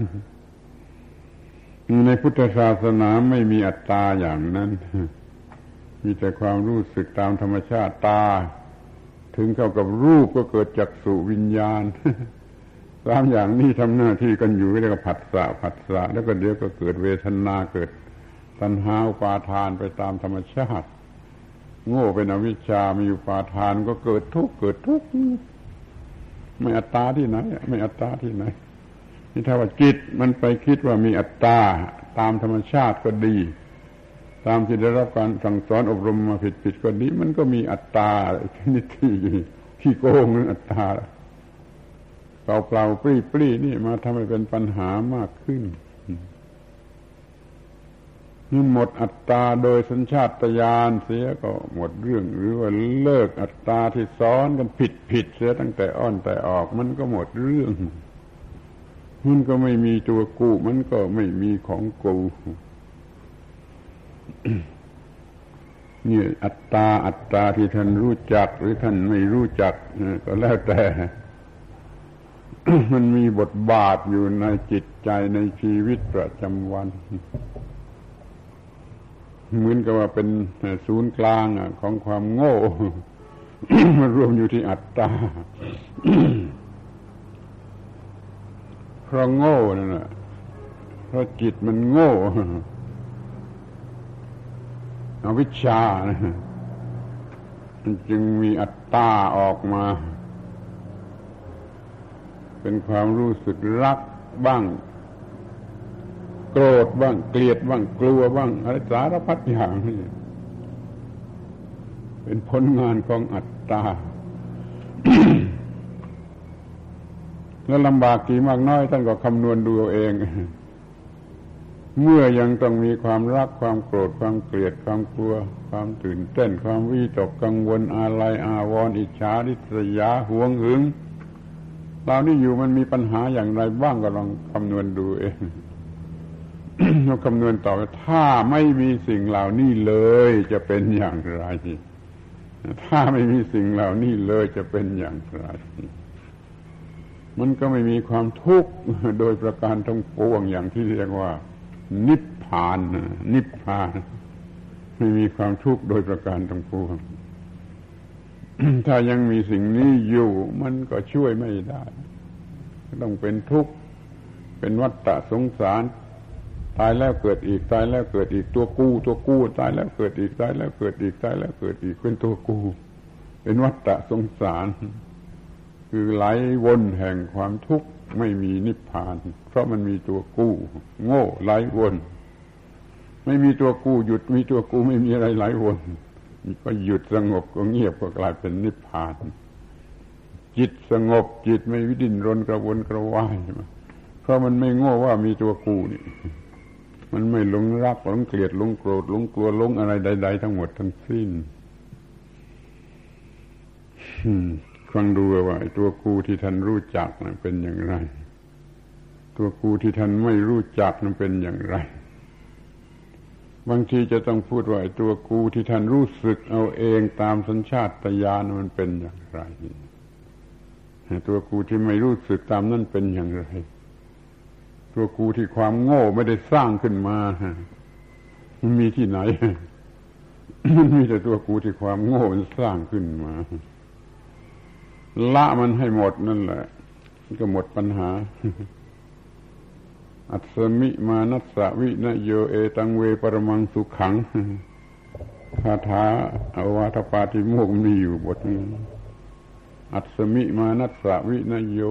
ในพุทธศาสนาไม่มีอัตตาอย่างนั้นมีแต่ความรู้สึกตามธรรมชาติตาถึงเข้ากับรูปก็เกิดจักษุวิญญาณสามอย่างนี้ทำหน้าที่กันอยู่เรียกว่าผัสสะผัสสะแล้วก็เดี๋ยวก็เกิดเวทนาเกิดตัณหาอุปาทานไปตามธรรมชาติโง่เป็นอวิชชามีอุปาทานก็เกิดทุกข์เกิดทุกข์ไม่อัตตาที่ไหนไม่อัตตาที่ไหนนี่ถ้าว่าจิตมันไปคิดว่ามีอัตตาตามธรรมชาติก็ดีตามที่ได้รับการสั่งสอนอบรมมาผิดๆก็ดีมันก็มีอัตตาชนิดที่ที่โกงนั่นอัตตาเปล่าๆปรี้ๆนี่มาทำให้เป็นปัญหามากขึ้นนี่หมดอัตตาโดยสัญชาตญาณเสียก็หมดเรื่องหรือว่าเลิกอัตตาที่ซ้อนกันผิดๆเสียตั้งแต่อ้อนแต่ออกมันก็หมดเรื่องมันก็ไม่มีตัวกูมันก็ไม่มีของกูนี่อัตตาอัตตาที่ท่านรู้จักหรือท่านไม่รู้จักก็แล้วแต่มันมีบทบาทอยู่ในจิตใจในชีวิตประจำวันเหมือนกับว่าเป็นศูนย์กลางของความโง่มันรวมอยู่ที่อัตตาเพราะโง่นั่นแหละเพราะจิตมันโง่อวิชชามันจึงมีอัตตาออกมาเป็นความรู้สึกรักบ้างโกรธบ้างเกลียดบ้างกลัวบ้างอะไรสารพัดอย่างนี่เป็นผลงานของอัตตา แล้วลำบากกี่มากน้อยท่านก็คำนวณดูเอาเองเมื่อยังต้องมีความรักความโกรธความเกลียดความกลัวความตื่นเต้นความวิตกกังวลอาลัยอาวรณ์อิจฉาริษยาหวงหึงเรานี่อยู่มันมีปัญหาอย่างไรบ้างก็ลองคำนวณดูเอง เราคำนวณต่อว่าถ้าไม่มีสิ่งเหล่านี้เลยจะเป็นอย่างไรถ้าไม่มีสิ่งเหล่านี้เลยจะเป็นอย่างไรมันก็ไม่มีความทุกข์โดยประการทั้งปวงอย่างที่เรียกว่านิพพานนิพพานไม่มีความทุกข์โดยประการทั้งปวง ถ้ายังมีสิ่งนี้อยู่มันก็ช่วยไม่ได้ต้องเป็นทุกข์เป็นวัฏฏะสงสารตายแล้วเกิดอีกตายแล้วเกิดอีกตัวกู้ตัวกู้ตายแล้วเกิดอีกตายแล้วเกิดอีกตายแล้วเกิดอีกเป็นตัวกู้เป็นวัฏฏะสงสารคือไหลวนแห่งความทุกข์ไม่มีนิพพานเพราะมันมีตัวกู้โง่ไหลวนไม่มีตัวกู้หยุดมีตัวกู้ไม่มีอะไรไหลวนก็หยุดสงบก็เงียบก็กลายเป็นนิพพานจิตสงบจิตไม่วิดิ้นรนกระวนกระวายเพราะมันไม่โง่ว่ามีตัวกู้นี่มันไม่หลงรักหลงเกลียดหลงโกรธหลงกลัวหลงอะไรใดๆทั้งหมดทั้งสิ้นฟังดูว่าไอ้ตัวกูที่ท่านรู้จักนั้นเป็นอย่างไรตัวกูที่ท่านไม่รู้จักนั้นเป็นอย่างไรบางทีจะต้องพูดว่าไอ้ตัวกูที่ท่านรู้สึกเอาเองตามสัญชาตญาณมันเป็นอย่างไรตัวกูที่ไม่รู้สึกตามนั้นเป็นอย่างไรตัวกูที่ความโง่ไม่ได้สร้างขึ้นมามันมีที่ไหนมันมีแต่ตัวกูที่ความโง่มันสร้างขึ้นมาละมันให้หมดนั่นแหละก็หมดปัญหาอัตสมิมานัสสะวินโยเอตังเวปรมังสุขังคาถาอวาทปาติโมกข์มีอยู่บทนี้อัตสมิมานัสสะวินโย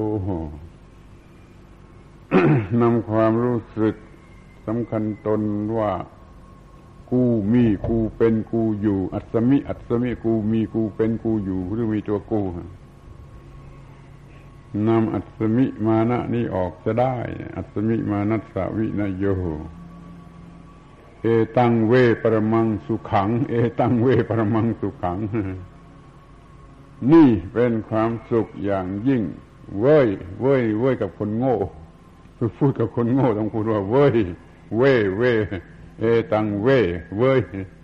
นำความรู้สึกสำคัญตนว่ากูมีกูเป็นกูอยู่อัตสมิอัตสมิกูมีกูเป็นกูอยู่หรือมีตัวกูนำอัตสมิมานะนี้ออกจะได้อัตสมิมานัสสะวินโยเอตังเวปรมังสุขังเอตังเวปรมังสุขังนี่เป็นความสุขอย่างยิ่งเว้ยเว้ยเว้ยกับคนโง่คือพูดกับคนโง่ต้องพูดว่าเว้ยเว้ยเว้ยเอตังเว้ยเว้ย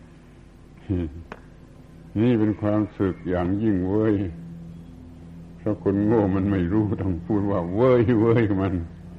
นี่เป็นความสุขอย่างยิ่งเว้ยเพราะคนโง่มันไม่รู้ต้องพูดว่าเว้ยเว้ยมัน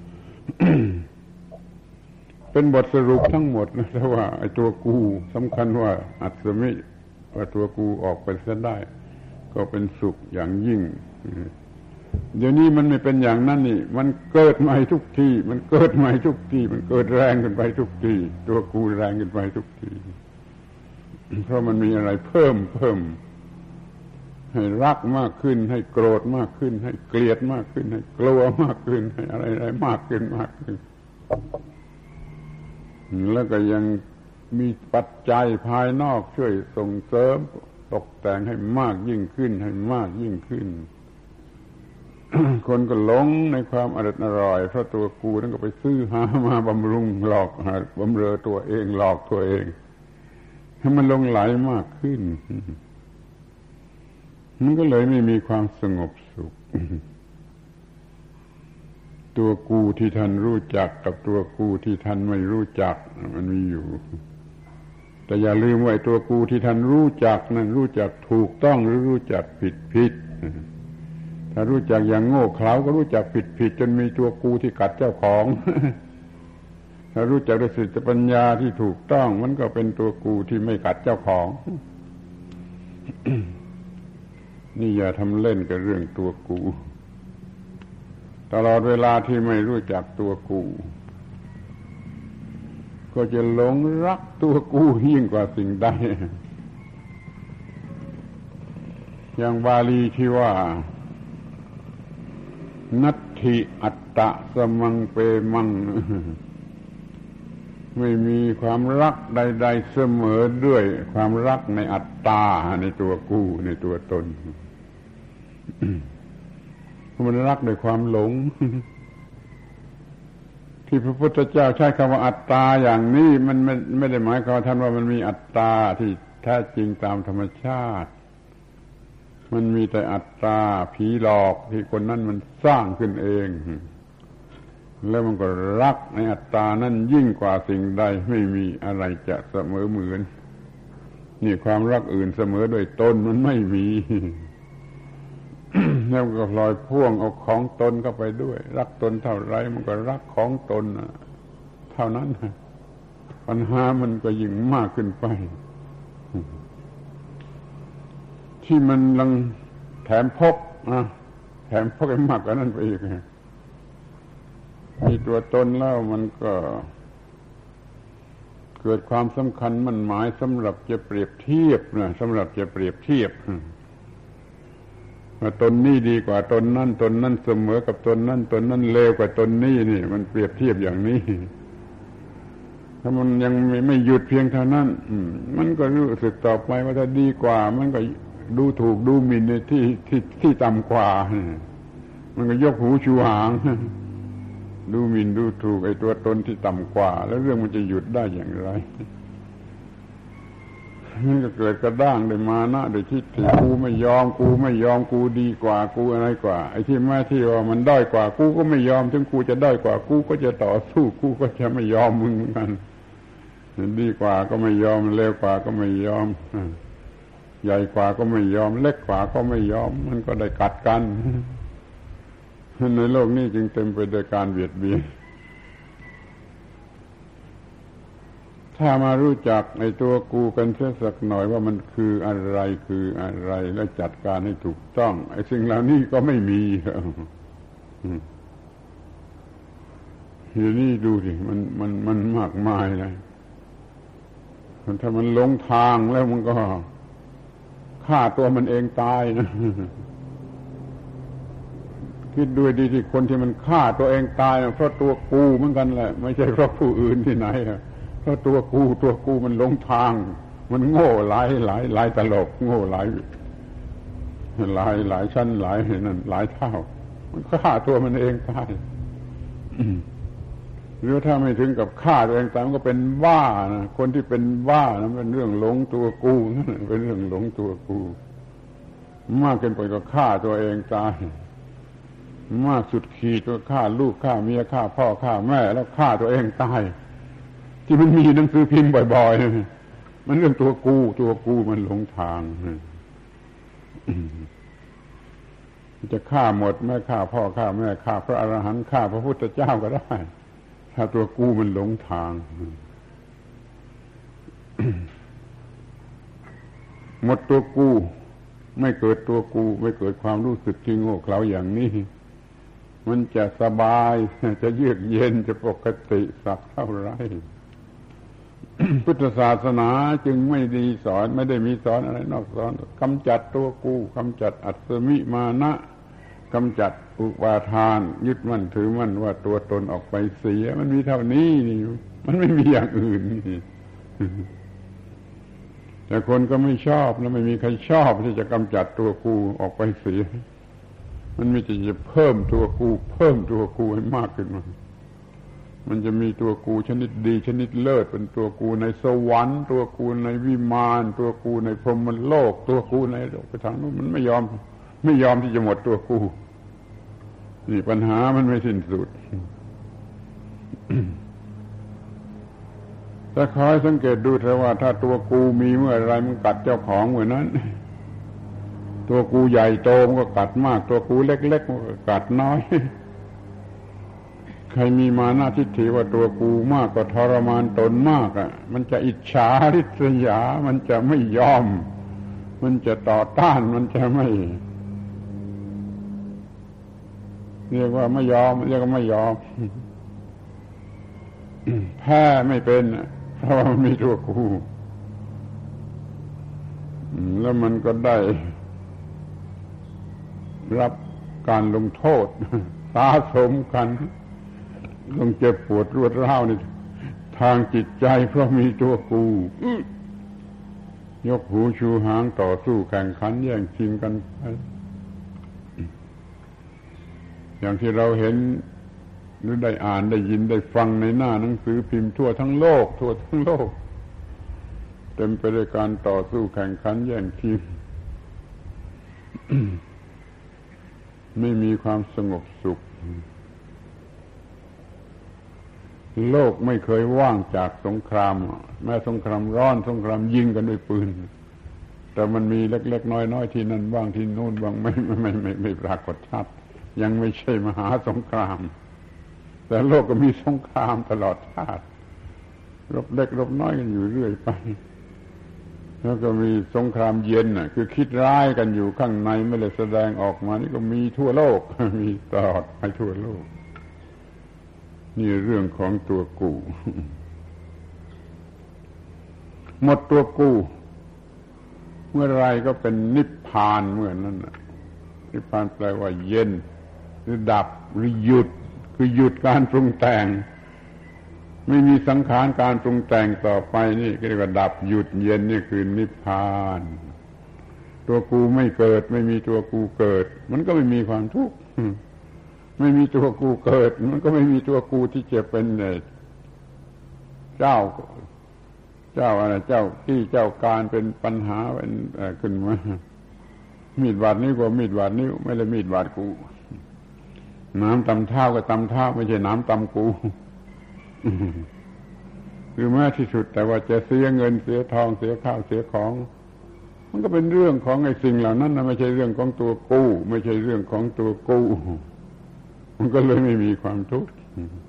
เป็นบทสรุปทั้งหมดนะแต่ว่าไอ้ตัวกูสำคัญว่าอัตสมิว่าตัวกูออกไปซะได้ก็เป็นสุขอย่างยิ่งเดี๋ยวนี้มันไม่เป็นอย่างนั้นนี่มันเกิดใหม่ทุกทีมันเกิดใหม่ทุกทีมันเกิดแรงขึ้นไปทุกทีตัวกูแรงขึ้นไปทุกทีเพราะมันมีอะไรเพิ่มเพิ่มให้รักมากขึ้นให้โกรธมากขึ้นให้เกลียดมากขึ้นให้กลัวมากขึ้นให้อะไรๆมากขึ้นมากขึ้นแล้วก็ยังมีปัจจัยภายนอกช่วยส่งเสริมตกแต่งให้มากยิ่งขึ้นให้มากยิ่งขึ้น คนก็หลงในความอร่อยอร่อยเพราะตัวกูนั่นก็ไปซื้อหามาบำรุงหลอกบำเรอตัวเองหลอกตัวเองให้มันหลงไหลมากขึ้นมันก็เลยไม่มีความสงบสุข ตัวกูที่ท่านรู้จักกับตัวกูที่ท่านไม่รู้จักมันมีอยู่แต่อย่าลืมว่าตัวกูที่ท่านรู้จักนั้นรู้จักถูกต้องหรือรู้จักผิดผิดถ้ารู้จักอย่างโง่เขลาก็รู้จักผิดผิดจนมีตัวกูที่กัดเจ้าของ ถ้ารู้จักด้วยสติปัญญาที่ถูกต้องมันก็เป็นตัวกูที่ไม่กัดเจ้าของ นี่อย่าทำเล่นกับเรื่องตัวกูตลอดเวลาที่ไม่รู้จักตัวกูก็จะหลงรักตัวกูยิ่งกว่าสิ่งใดอย่างบาลีที่ว่านัตถิอัตตะสมังเปมังไม่มีความรักใดๆเสมอด้วยความรักในอัตตาในตัวกูในตัวตนมันรักด้วยความหลงที่พระพุทธเจ้าใช้คำว่าอัตตาอย่างนี้มันไม่ไม่ได้หมายความท่านว่ามันมีอัตตาที่แท้จริงตามธรรมชาติมันมีแต่อัตตาผีหลอกที่คนนั้นมันสร้างขึ้นเองแล้วมันก็รักในอัตตานั้นยิ่งกว่าสิ่งใดไม่มีอะไรจะเสมอเหมือนนี่ความรักอื่นเสมอโดยตนมันไม่มี แล้วก็พลอยพ่วงเอาของตนเข้าไปด้วยรักตนเท่าไรมันก็รักของตนเท่านั้นปัญหามันก็ยิ่งมากขึ้นไปที่มันลังแถมพกนะแถมพกให้มากกว่านั้นไปอีกมีตัวตนแล้วมันก็เกิดความสำคัญมันหมายสำหรับจะเปรียบเทียบนะสำหรับจะเปรียบเทียบว่าตนนี้ดีกว่าตนนั่นตนนั่นเสมอกับตนนั่นตนนั่นเลวกว่าตนนี้นี่มันเปรียบเทียบอย่างนี้ถ้ามันยังไม่ไม่หยุดเพียงเท่านั้นมันก็รู้สึกต่อไปว่าถ้าดีกว่ามันก็ดูถูกดูหมิ่นในที่ที่ที่ต่ำกว่ามันก็ยกหูชูหางดูหมิ่นดูถูกไอ้ตัวตนที่ต่ำกว่าแล้วเรื่องมันจะหยุดได้อย่างไรมันก็เกิดกระด้างโดยมานะโดยทิฏฐิกูไม่ยอมกูไม่ยอมกูดีกว่ากูอะไรกว่าไอ้ที่แม้ที่ว่ามันด้อยกว่ากูก็ไม่ยอมถึงกูจะด้อยกว่ากูก็จะต่อสู้กูก็จะไม่ยอมมึงเหมือนกันดีกว่าก็ไม่ยอมเลวกว่าก็ไม่ยอมใหญ่กว่าก็ไม่ยอมเล็กกว่าก็ไม่ยอมมันก็ได้กัดกันในโลกนี้จึงเต็มไปด้วยการเบียดเบียนถ้ามารู้จักไอ้ตัวกูกันเสียสักหน่อยว่ามันคืออะไรคืออะไรแล้วจัดการให้ถูกต้องไอ้สิ่งเหล่านี้ก็ไม่มีทีนี้ดูสิมันมันมันมากมายนะถ้ามันหลงทางแล้วมันก็ฆ่าตัวมันเองตายนะคิดด้วยดีที่คนที่มันฆ่าตัวเองตายเพราะตัวกูเหมือนกันแหละไม่ใช่เพราะผู้อื่นที่ไหนเพราะตัวกูตัวกูมันหลงทางมันโง่หลายหลายหลายตลบโง่หลายหลายหลายชั้นหลายนั่นหลายเท่ามันฆ่าตัวมันเองตายหรือถ้าไม่ถึงกับฆ่าตัวเองตายมันก็เป็นบ้านะคนที่เป็นบ้านะเป็นเรื่องหลงตัวกูนั่นเป็นเรื่องหลงตัวกูมากเกินไปก็ฆ่าตัวเองตายมากสุดขีดก็ฆ่าลูกฆ่าเมียฆ่าพ่อฆ่าแม่แล้วฆ่าตัวเองตายที่มันมีหนังสือพิมพ์บ่อยๆมันเรื่องตัวกูตัวกูมันหลงทางจะฆ่าหมดแม่ฆ่าพ่อฆ่าแม่ฆ่าพระอรหันต์ฆ่าพระพุทธเจ้าก็ได้ถ้าตัวกูมันหลงทางหมดตัวกูไม่เกิดตัวกูไม่เกิดความรู้สึกที่โง่เขลาอย่างนี้มันจะสบายจะเยือกเย็นจะปกติสักเท่าไรพุทธศาสนาจึงไม่ดีสอนไม่ได้มีสอนอะไรนอกสอนกำจัดตัวกูกำจัดอัตมิมานะกำจัดอุปาทานยึดมั่นถือมั่นว่าตัวตนออกไปเสียมันมีเท่านี้นี่มันไม่มีอย่างอื่นนี่แต่คนก็ไม่ชอบแล้วไม่มีใครชอบที่จะกำจัดตัวกูออกไปเสียมันมีแต่จะเพิ่มตัวกูเพิ่มตัวกูให้มากขึ้นมามันจะมีตัวกูชนิดดีชนิดเลิศเป็นตัวกูในสวรรค์ตัวกูในวิมานตัวกูในพรหมโลกตัวกูในโลกไปทางนู้นมันไม่ยอมไม่ยอมที่จะหมดตัวกูนี่ปัญหามันไม่สิ้นสุดถ้าคอยสังเกตดูเถอะว่าถ้าตัวกูมีเมื่อไรมันกัดเจ้าของเมื่อนั้นตัวกูใหญ่โตมันก็กัดมากตัวกูเล็กๆมันก็กัดน้อยใครมีมานะทิฏฐิว่าตัวกูมากก็ทรมานตนมากอ่ะมันจะอิจฉาริษยามันจะไม่ยอมมันจะต่อต้านมันจะไม่เรียกว่าไม่ยอมเรียกว่าไม่ยอมแพ้ไม่เป็นเพราะว่ามันมีตัวกูแล้วมันก็ได้รับการลงโทษสะสมกันต้องเจ็บปวดรวดร้าวในทางจิตใจเพราะมีตัวกูยกหูชูหางต่อสู้แข่งขันแย่งชิงกันไปอย่างที่เราเห็นหรือได้อ่านได้ยินได้ฟังในหน้าหนังสือพิมพ์ทั่วทั้งโลกทั่วทั้งโลกเต็มไปด้วยการต่อสู้แข่งขันแย่งชิง ไม่มีความสงบสุขโลกไม่เคยว่างจากสงครามแม้สงครามร้อนสงครามยิงกันด้วยปืนแต่มันมีเล็กๆน้อยๆที่นั่นบ้างที่โน่นบ้างไม่ไม่ไม่ไม่ไม่ปรากฏชัดยังไม่ใช่มหาสงครามแต่โลกก็มีสงครามตลอดชาติรบเล็กรบน้อยกันอยู่เรื่อยไปแล้วก็มีสงครามเย็นน่ะคือคิดร้ายกันอยู่ข้างในไม่ได้แสดงออกมานี่ก็มีทั่วโลกมีตลอดไปทั่วโลกนี่เรื่องของตัวกูหมดตัวกูเมื่อไรก็เป็นนิพพานเมื่อนั้นน่ะนิพพานแปลว่าเย็นหรือดับหรือหยุดคือหยุดการปรุงแต่งไม่มีสังขารการปรุงแต่งต่อไปนี่เรียกว่าดับหยุดเย็นนี่คือนิพพานตัวกูไม่เกิดไม่มีตัวกูเกิดมันก็ไม่มีความทุกข์ไม่มีตัวกูเกิดมันก็ไม่มีตัวกูที่จะเป็นเจ้าเจ้าอะไรเจ้าที่เจ้าการเป็นปัญหาเป็นขึ้นมามีดบาดนิ้วก็มีดบาดนิ้วไม่ได้มีดบาดกูน้ำตำเท้าก็ตำเท้าไม่ใช่น้ำตำกูคือแม้ที่สุดแต่ว่าจะเสียเงินเสียทองเสียข้าวเสียของมันก็เป็นเรื่องของไอ้สิ่งเหล่านั้นนะไม่ใช่เรื่องของตัวกูไม่ใช่เรื่องของตัวกูมันก็เลยไม่มีความทุกข์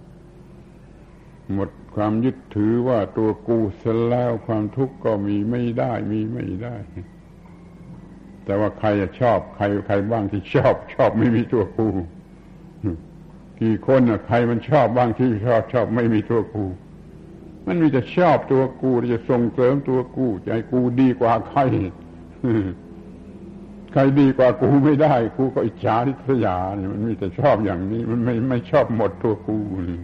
หมดความยึดถือว่าตัวกูเสียแล้วความทุกข์ก็มีไม่ได้มีไม่ได้แต่ว่าใครชอบใครใครบ้างที่ชอบชอบไม่มีตัวกูกี่คนน่ะใครมันชอบบ้างที่ชอบชอบไม่มีตัวกูมันมีแต่ชอบตัวกูจะส่งเสริมตัวกูใจกูดีกว่าใครใครดีกว่ากูไม่ได้กูก็อิจฉาริษยาเนี่ยมันมีแต่ชอบอย่างนี้มันไม่ไม่ชอบหมดตัวกูนี่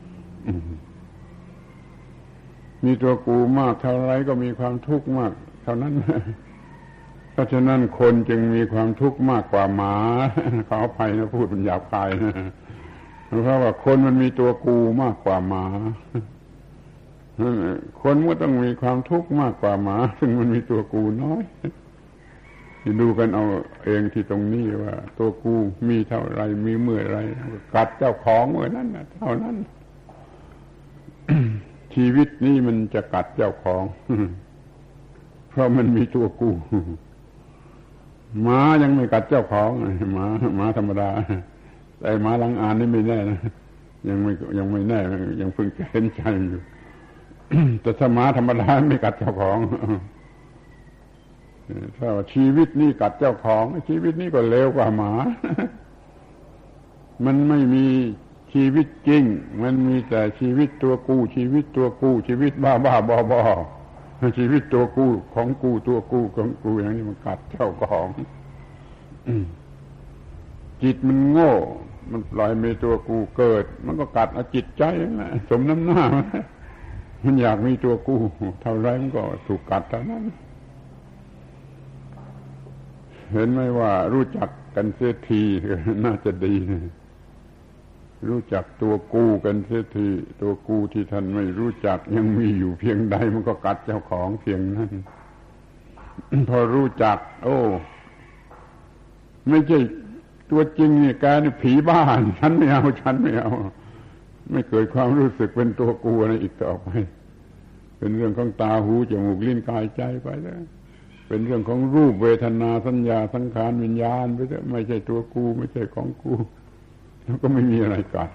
มีตัวกูมากเท่าไรก็มีความทุกข์มากเท่านั้นเพราะฉะนั้นคนจึงมีความทุกข์มากกว่าหมาขออภัยนะพูดเป็นหยาบคายนะเพราะว่าคนมันมีตัวกูมากกว่าหมาคนมันต้องมีความทุกข์มากกว่าหมาซึ่งมันมีตัวกูน้อยดูกันเอาเองที่ตรงนี้ว่าตัวกูมีเท่าไรมีเมื่อไรกัดเจ้าของเมื่อนั้นเท่านั้น ชีวิตนี้มันจะกัดเจ้าของ เพราะมันมีตัวกูหมายังไม่กัดเจ้าของหมาหมาธรรมดาแต่หมาหลังอ่านนี่ไม่แน่นะยังไม่ยังไม่แน่ยังเพิ่งเห็นใจอยู่ แต่ถ้าหมาธรรมดาไม่กัดเจ้าของถ้าชีวิตนี้กัดเจ้าของชีวิตนี้ก็เลวกว่าหมา มันไม่มีชชีวิตจริงมันมีแต่ชีวิตตัวกูชีวิตตัวกูชีวิตบ้าบ้าบอบอชีวิตตัวกูของกูตัวกูของกูอย่างนี้มันกัดเจ้าของจิตมันโง่มันปล่อยมีตัวกูเกิดมันก็กัดเอาจิตใจนะสมน้ำหน้ามันอยากมีตัวกูเท่าไรมันก็ถูกกัดเท่านั้นเห็นไหมว่ารู้จักกันเสียทีน่าจะดีรู้จักตัวกูกันเสียทีตัวกูที่ท่านไม่รู้จักยังมีอยู่เพียงใดมันก็กัดเจ้าของเพียงนั้น พอรู้จักโอ้ไม่ใช่ตัวจริงนี่แกนี่ผีบ้านฉันไม่เอาฉันไม่เอาไม่เกิดความรู้สึกเป็นตัวกูอะไรอีกต่อไปเป็นเรื่องของตาหูจมูกลิ้นกายใจไปแล้วเป็นเรื่องของรูปเวทนาสัญญาสังขารวิญญาณไปแล้วไม่ใช่ตัวกูไม่ใช่ของกูแล้วก็ไม่มีอะไรกัด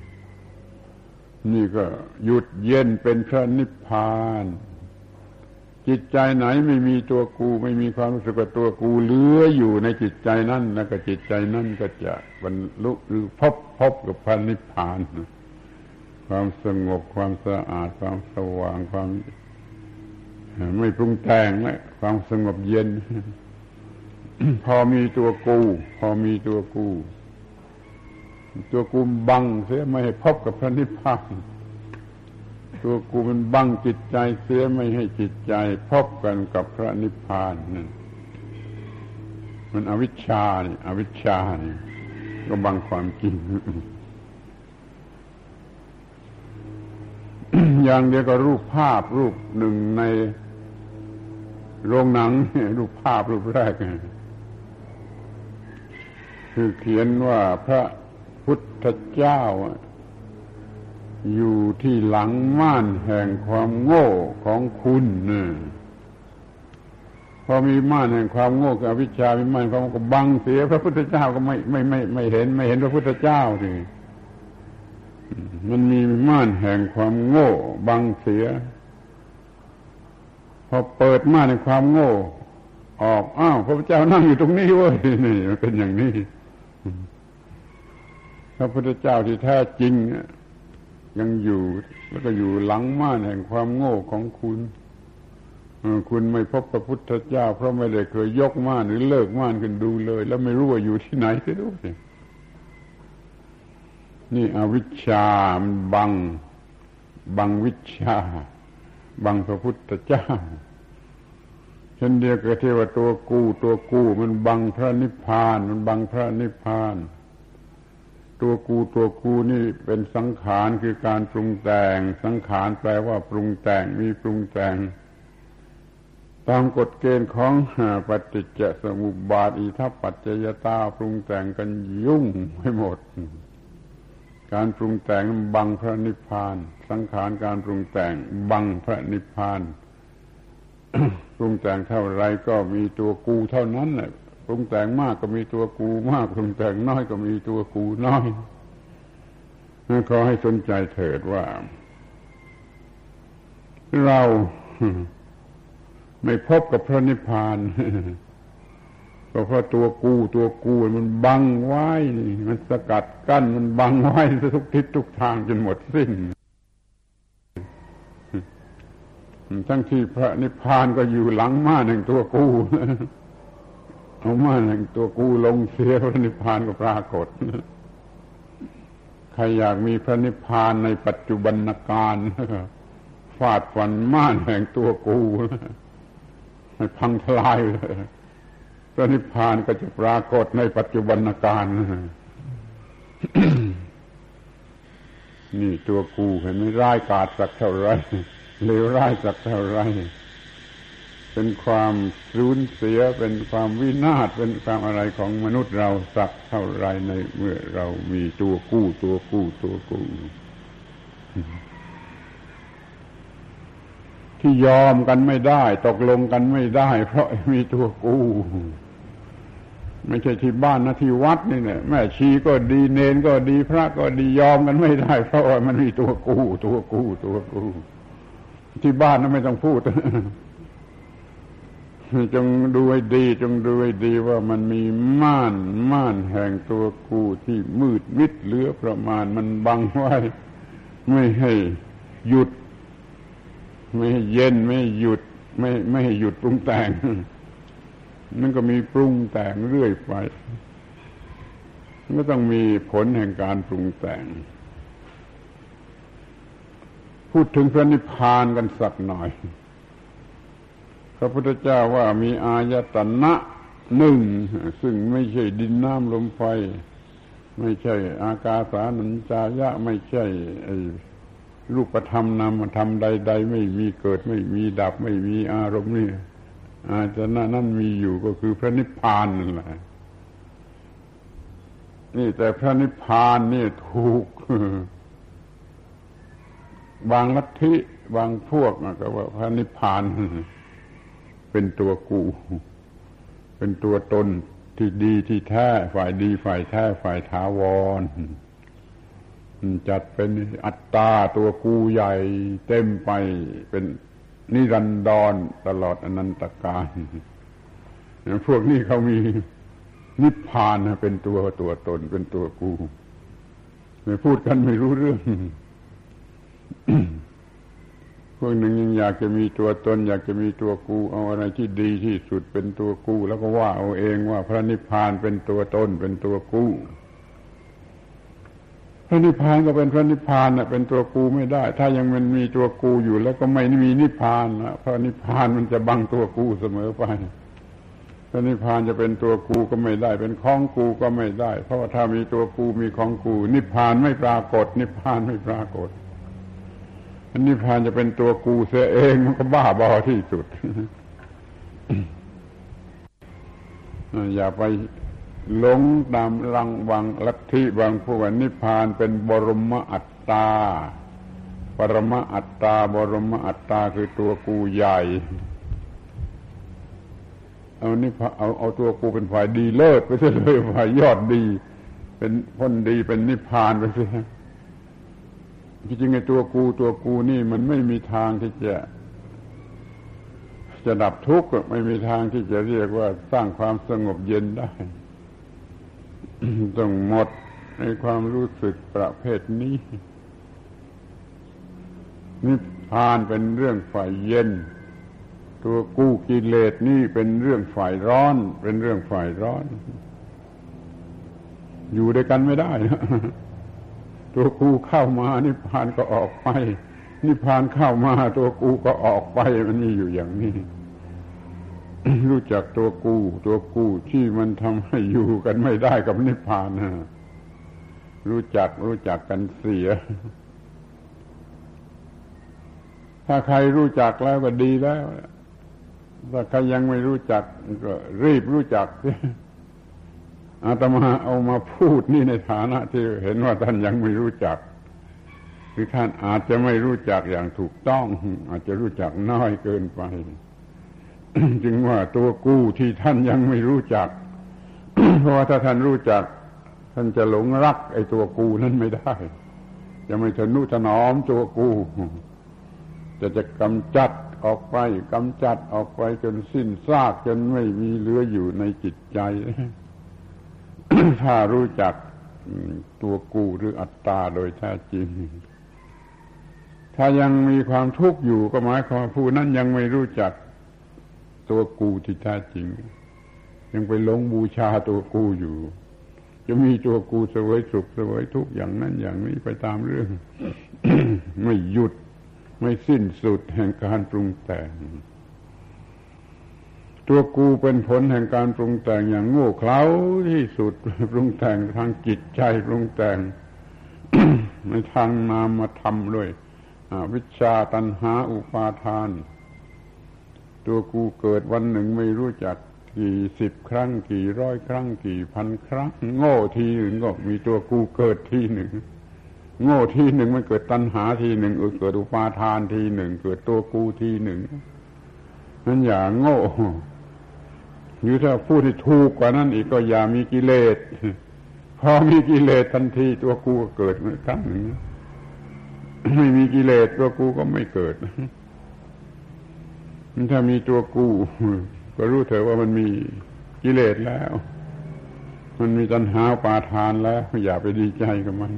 นี่ก็หยุดเย็นเป็นพระนิพพานจิตใจไหนไม่มีตัวกูไม่มีความรู้สึกว่าตัวกูเหลืออยู่ในจิตใจนั่นแล้วก็จิตใจนั่นก็จะบรรลุหรือพบพบกับพระนิพพานความสงบความสะอาดความสว่างความไม่ปรุงแต่งและความสงบเย็น พอมีตัวกูพอมีตัวกูตัวกูบังเสียไม่ให้พบกับพระนิพพานตัวกูมันบังจิตใจเสียไม่ให้จิตใจพบกันกับพระนิพพานนั่นมันอวิชชานี่อวิชชานี่ก็บังความจริง อย่างเดียวก็รูปภาพรูปหนึ่งในโรงหนังรูปภาพรูปแรกคือเขียนว่าพระพุทธเจ้าอยู่ที่หลังม่านแห่งความโง่ของคุณเนี่ยพอมีม่านแห่งความโง่กับอวิชชามีม่านความก็บังเสียพระพุทธเจ้าก็ไม่ไม่ไม่ไม่เห็นไม่เห็นพระพุทธเจ้าสิมันมีม่านแห่งความโง่บังเสียพอเปิดม่านแห่งความโง่ออกอ้าวพระพุทธเจ้านั่งอยู่ตรงนี้เว้ยนี่มันเป็นอย่างนี้พระพุทธเจ้าที่แท้จริงยังอยู่แล้วก็อยู่หลังม่านแห่งความโง่ของคุณคุณไม่พบพระพุทธเจ้าเพราะไม่ได้เคยยกม่านหรือเลิกม่านขึ้นดูเลยแล้วไม่รู้ว่าอยู่ที่ไหนก็ดูสินี่อวิชชามันบังบังวิชชาบังพระพุทธเจ้าเช่นเดียวกับที่ว่าตัวกูตัวกูมันบังพระนิพพานมันบังพระนิพพานตัวกูตัวกูนี่เป็นสังขารคือการปรุงแต่งสังขารแปลว่าปรุงแต่งมีปรุงแต่งตามกฎเกณฑ์ของปฏิจจสมุปบาทอิทัปปัจจยตาปรุงแต่งกันยุ่งไปหมดการปรุงแต่งบังพระนิพพานสังขารการปรุงแต่งบังพระนิพพาน ปรุงแต่งเท่าไรก็มีตัวกูเท่านั้นแหละปรุงแต่งมากก็มีตัวกูมากปรุงแต่งน้อยก็มีตัวกูน้อยขอให้สนใจเถิดว่าเราไม่พบกับพระนิพพานก็เพราะตัวกูตัวกูมันบังไว้นี่มันสกัดกั้นมันบังไว้ทุกทิศทุกทางจนหมดสิ้นทั้งที่พระนิพพานก็อยู่หลังม่านแห่งตัวกูเอาม่านแห่งตัวกูลงเสียพระนิพพานก็ปรากฏใครอยากมีพระนิพพานในปัจจุบันการฟาดฟันม่านแห่งตัวกูให้พังทลายพระนิพพานก็จะปรากฏในปัจจุบันการ นี่ตัวกูเห็นไหมร้ายกาจสักเท่าไรเลวร้ายสักเท่าไรเป็นความสูญเสียเป็นความวินาศเป็นความอะไรของมนุษย์เราสักเท่าไรในเมื่อเรามีตัวกูตัวกูตัวกูที่ยอมกันไม่ได้ตกลงกันไม่ได้เพราะมีตัวกูไม่ใช่ที่บ้านนะที่วัดนี่เนี่ยแม่ชีก็ดีเนนก็ดีพระก็ดียอมกันไม่ได้เพราะว่ามันมีตัวกูตัวกูตัวกูที่บ้านนั้นไม่ต้องพูดจงดูให้ดีจงดูให้ดีว่ามันมีม่านม่านแห่งตัวกูที่มืดมิดเหลือประมาณมันบังไว้ไม่ให้หยุดไม่ให้เย็นไม่ให้หยุดไม่ไม่ให้หยุดปรุงแต่งมันก็มีปรุงแต่งเรื่อยไปมันก็ต้องมีผลแห่งการปรุงแต่งพูดถึงพระนิพพานกันสักหน่อยพระพุทธเจ้าว่ามีอายตนะหนึ่งซึ่งไม่ใช่ดินน้ำลมไฟไม่ใช่อากาสานัญจายะไม่ใช่ไอ้รูปธรรมนามธรรมใดๆไม่มีเกิดไม่มีดับไม่มีอารมณ์นี่อายตนะนั่นมีอยู่ก็คือพระนิพพานนั่นแหละนี่แต่พระนิพพานนี่ถูกบางลัทธิบางพวกก็ว่าพระนิพพานเป็นตัวกูเป็นตัวตนที่ดีที่แท้ฝ่ายดีฝ่ายแท้ฝ่ายถาวรจัดเป็นอัตตาตัวกูใหญ่เต็มไปเป็นนิรันดรตลอดอนันตกาลพวกนี้เขามีนิพพานเป็นตัวตัวตนเป็นตัวกูไม่พูดกันไม่รู้เรื่องพวกหนึ่งยังอยากจะมีตัวตนอยากจะมีตัวกูเอาอะไรที่ดีที่สุดเป็นตัวกูแล้วก็ว่าเอาเองว่าพระนิพพานเป็นตัวตนเป็นตัวกูพระนิพพานก็เป็นพระนิพพานน่ะเป็นตัวกูไม่ได้ถ้ายังมันมีตัวกูอยู่แล้วก็ไม่มีนิพพานนะพระนิพพานมันจะบังตัวกูเสมอไปพระนิพพานจะเป็นตัวกูก็ไม่ได้เป็นของกูก็ไม่ได้เพราะว่าถ้ามีตัวกูมีของกูนิพพานไม่ปรากฏนิพพานไม่ปรากฏนิพพานจะเป็นตัวกูเสียเองมันก็บ้าบอที่สุด อย่าไปหลงตามรังวังลัทธิบางพวกว่านิพพานเป็นบรมอัตตาปรมอัตตาบรมอัตตาคือตัวกูใหญ่เอานิพพานเอาเอาตัวกูเป็นฝ่ายดีเลิศไปเสียเลยฝ่ายยอดดีเป็นพ้นดีเป็นนิพพานไปเสียจริงๆไอ้ตัวกูตัวกูนี่มันไม่มีทางที่จะจะดับทุกข์ไม่มีทางที่จะเรียกว่าสร้างความสงบเย็นได้ ต้องหมดในความรู้สึกประเภทนี้นิพพานเป็นเรื่องฝ่ายเย็นตัวกูกิเลสนี่เป็นเรื่องฝ่ายร้อนเป็นเรื่องฝ่ายร้อนอยู่ด้วยกันไม่ได้นะตัวกูเข้ามานิพพานก็ออกไปนิพพานเข้ามาตัวกูก็ออกไปมันมีอยู่อย่างนี้ รู้จักตัวกูตัวกูที่มันทำให้อยู่กันไม่ได้กับนิพพานนะรู้จักรู้จักกันเสียถ้าใครรู้จักแล้วก็ดีแล้วถ้าใครยังไม่รู้จักก็รีบรู้จักอาตมาเอามาพูดนี่ในฐานะที่เห็นว่าท่านยังไม่รู้จักหรือท่านอาจจะไม่รู้จักอย่างถูกต้องอาจจะรู้จักน้อยเกินไป จึงว่าตัวกู้ที่ท่านยังไม่รู้จัก เพราะว่าถ้าท่านรู้จักท่านจะหลงรักไอ้ตัวกูนั้นไม่ได้จะไม่ทนุถนอมตัวกูจะจะกำจัดออกไปกำจัดออกไปจนสิ้นซากจนไม่มีเหลืออยู่ในจิตใจ ถ้ารู้จักตัวกูหรืออัตตาโดยแท้จริงถ้ายังมีความทุกข์อยู่ก็หมายความว่าผู้นั้นยังไม่รู้จักตัวกูที่แท้จริงยังไปหลงบูชาตัวกูอยู่จะมีตัวกูเสวยสุขเสวยทุกข์อย่างนั้นอย่างนี้ไปตามเรื่อง ไม่หยุดไม่สิ้นสุดแห่งการปรุงแต่งตัวกูเป็นผลแห่งการปรุงแต่งอย่างโง่เขลาที่สุดปรุงแต่งทางจิตใจปรุงแต่ง ในทางนามธรรมด้วยวิชชาตัณหาอุปาทานตัวกูเกิดวันหนึ่งไม่รู้จักกี่สิบครั้งกี่ร้อยครั้งกี่พันครั้งโง่ทีหนึ่งก็มีตัวกูเกิดทีหนึ่งโง่ทีหนึ่งมันเกิดตัณหาทีหนึ่งเกิดอุปาทานทีหนึ่งเกิดตัวกูทีหนึ่งนั่นอย่าโง่หรือถ้าพูดที่ถูกกว่านั้นอีกก็อย่ามีกิเลสพอมีกิเลสทันทีตัวกูก็เกิดมาครั้งหนึ่งไม่มีกิเลสตัวกูก็ไม่เกิดถ้ามีตัวกูก็รู้เถอะว่ามันมีกิเลสแล้วมันมีตัณหาปาทานแล้วอย่าไปดีใจกับมัน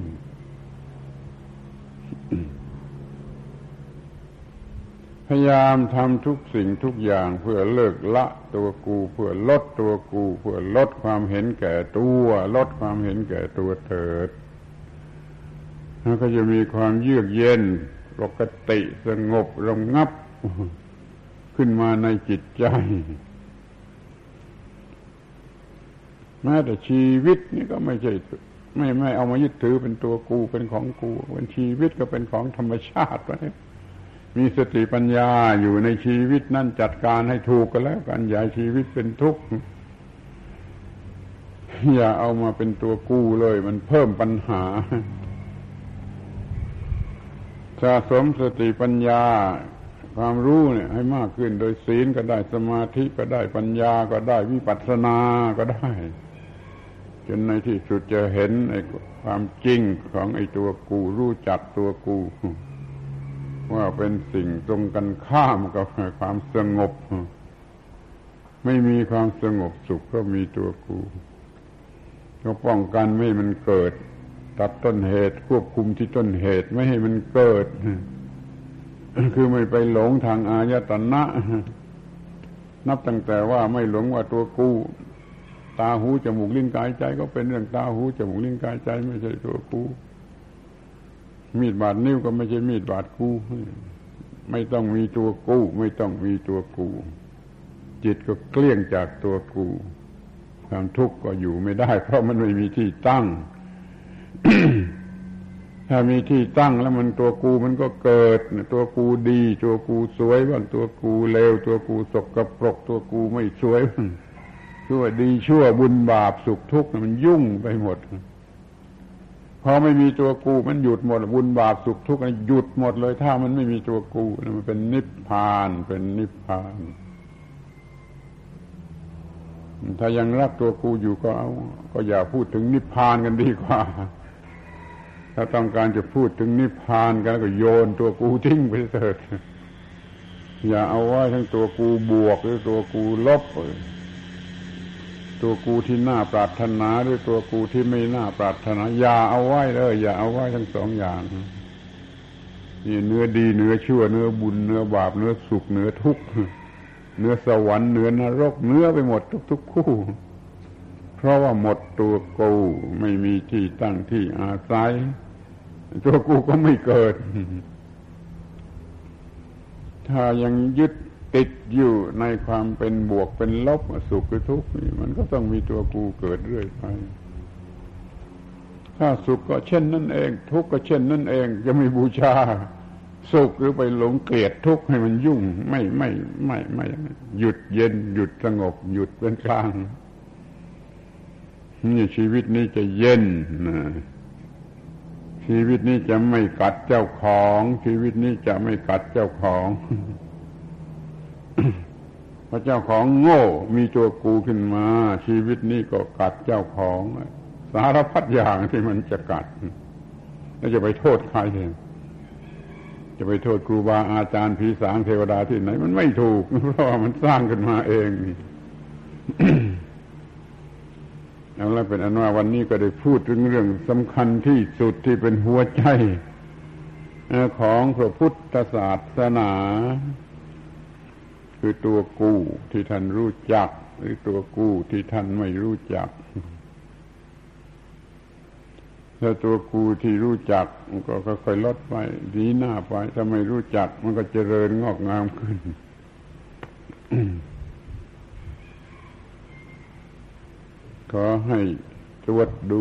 พยายามทำทุกสิ่งทุกอย่างเพื่อเลิกละตัวกูเพื่อลดตัวกูเพื่อลดความเห็นแก่ตัวลดความเห็นแก่ตัวเถิดแล้วก็จะมีความเยือกเย็นปกติสงบระงับขึ้นมาในจิตใจแม้แต่ชีวิตนี่ก็ไม่ใช่ไม่ไม่เอามายึดถือเป็นตัวกูเป็นของกูเป็นชีวิตก็เป็นของธรรมชาติไปมีสติปัญญาอยู่ในชีวิตนั่นจัดการให้ถูกก็แล้วกันอย่าชีวิตเป็นทุกข์อย่าเอามาเป็นตัวกูเลยมันเพิ่มปัญหาสะสมสติปัญญาความรู้เนี่ยให้มากขึ้นโดยศีลก็ได้สมาธิก็ได้ปัญญาก็ได้วิปัสสนาก็ได้จนในที่สุดจะเห็นไอ้ความจริงของไอ้ตัวกูรู้จักตัวกูว่าเป็นสิ่งตรงกันข้ามกับความสงบไม่มีความสงบสุขก็มีตัวกูก็ป้องกันไม่ให้มันเกิดตัดต้นเหตุควบคุมที่ต้นเหตุไม่ให้มันเกิดคือไม่ไปหลงทางอายตนะนับตั้งแต่ว่าไม่หลงว่าตัวกูตาหูจมูกลิ้นกายใจก็เป็นเรื่องตาหูจมูกลิ้นกายใจไม่ใช่ตัวกูมีดบาดนิ้วก็ไม่ใช่มีดบาดกูไม่ต้องมีตัวกูไม่ต้องมีตัวกูจิตก็เกลี้ยงจากตัวกูความทุกข์ก็อยู่ไม่ได้เพราะมันไม่มีที่ตั้ง ถ้ามีที่ตั้งแล้วมันตัวกูมันก็เกิดตัวกูดีตัวกูสวยบ้างตัวกูเลวตัวกูสกปรกตัวกูไม่สวยบ้างชั่วดีชั่วบุญบาปสุขทุกข์มันยุ่งไปหมดพอไม่มีตัวกูมันหยุดหมดบุญบาปสุขทุกข์มันหยุดหมดเลยถ้ามันไม่มีตัวกูมันเป็นนิพพานเป็นนิพพานถ้ายังรักตัวกูอยู่ก็เอาก็อย่าพูดถึงนิพพานกันดีกว่าถ้าต้องการจะพูดถึงนิพพานกันก็โยนตัวกูทิ้งไปเถิดอย่าเอาไว้ทั้งตัวกูบวกหรือตัวกูลบตัวกูที่น่าปรารถนาหรือตัวกูที่ไม่น่าปรารถนาอย่าเอาไว้เลยอย่าเอาไว้ทั้งสองอย่างนี่เนื้อดีเนื้อชั่วเนื้อบุญเนื้อบาปเนื้อสุขเนื้อทุกข์เนื้อสวรรค์เนื้อนรกเนื้อไปหมดทุกๆคู่เพราะว่าหมดตัวกูไม่มีที่ตั้งที่อาศัยตัวกูก็ไม่เกิดถ้ายังยึดติดอยู่ในความเป็นบวกเป็นลบสุขหรือทุกข์นี่มันก็ต้องมีตัวกูเกิดเรื่อยไปถ้าสุขก็เช่นนั่นเองทุกข์ก็เช่นนั่นเองจะไม่บูชาสุขหรือไปหลงเกลียดทุกข์ให้มันยุ่งไม่ไม่ไม่ไม่หยุดเย็นหยุดสงบหยุดเป็นกลางนี่ชีวิตนี้จะเย็นนะชีวิตนี้จะไม่กัดเจ้าของชีวิตนี้จะไม่กัดเจ้าของพระเจ้าของโง่มีตัวกูขึ้นมาชีวิตนี้ก็กัดเจ้าของสารพัดอย่างที่มันจะกัดแล้วจะไปโทษใครจะไปโทษครูบาอาจารย์ผีสางเทวดาที่ไหนมันไม่ถูกเพราะว่ามันสร้างขึ้นมาเอง เอาละเป็นอันว่าวันนี้ก็ได้พูดถึงเรื่องสำคัญที่สุดที่เป็นหัวใจของพระพุทธศาสนาคือตัวกูที่ท่านรู้จักหรือตัวกูที่ท่านไม่รู้จักถ้าตัวกูที่รู้จักมันก็ค่อยๆลดไปดีหน้าไปถ้าไม่รู้จักมันก็เจริญงอกงามขึ้น ขอให้ตรวจดู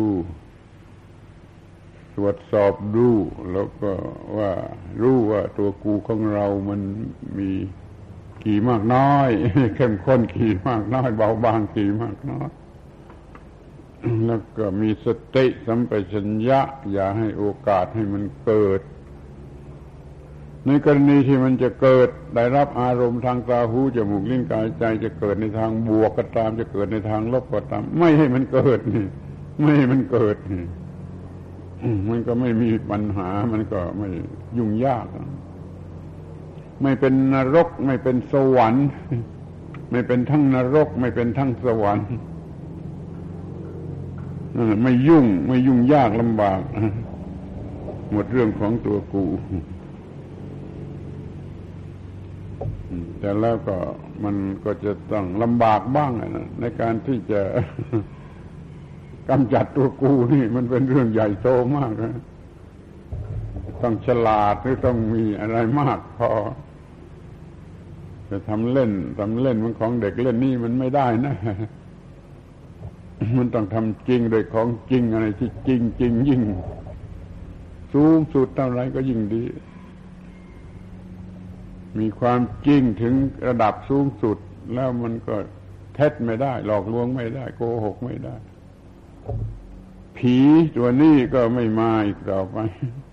ตรวจสอบดูแล้วก็ว่ารู้ว่าตัวกูของเรามันมีกี่มากน้อยเข้มข้นกี่มากน้อยเบาบางกี่มากน้อยแล้วก็มีสติสัมปชัญญะอย่าให้โอกาสให้มันเกิดในกรณีที่มันจะเกิดได้รับอารมณ์ทางตาหูจมูกลิ้นกายใจจะเกิดในทางบวกก็ตามจะเกิดในทางลบก็ตามไม่ให้มันเกิดนี่ไม่ให้มันเกิดนี่มันก็ไม่มีปัญหามันก็ไม่ยุ่งยากไม่เป็นนรกไม่เป็นสวรรค์ไม่เป็นทั้งนรกไม่เป็นทั้งสวรรค์ไม่ยุ่งไม่ยุ่งยากลำบากหมดเรื่องของตัวกูแต่แล้วก็มันก็จะต้องลำบากบ้างนะในการที่จะกำจัดตัวกูนี่มันเป็นเรื่องใหญ่โตมากนะต้องฉลาดหรือต้องมีอะไรมากพอจะทำเล่นทำเล่นมันของเด็กเล่นนี่มันไม่ได้นะมันต้องทำจริงโดยของจริงอะไรที่จริงจริงยิ่งสูงสุดเท่าไรก็ยิ่งดีมีความจริงถึงระดับสูงสุดแล้วมันก็เท็จไม่ได้หลอกลวงไม่ได้โกหกไม่ได้ผีตัวนี้ก็ไม่มาอีกต่อไป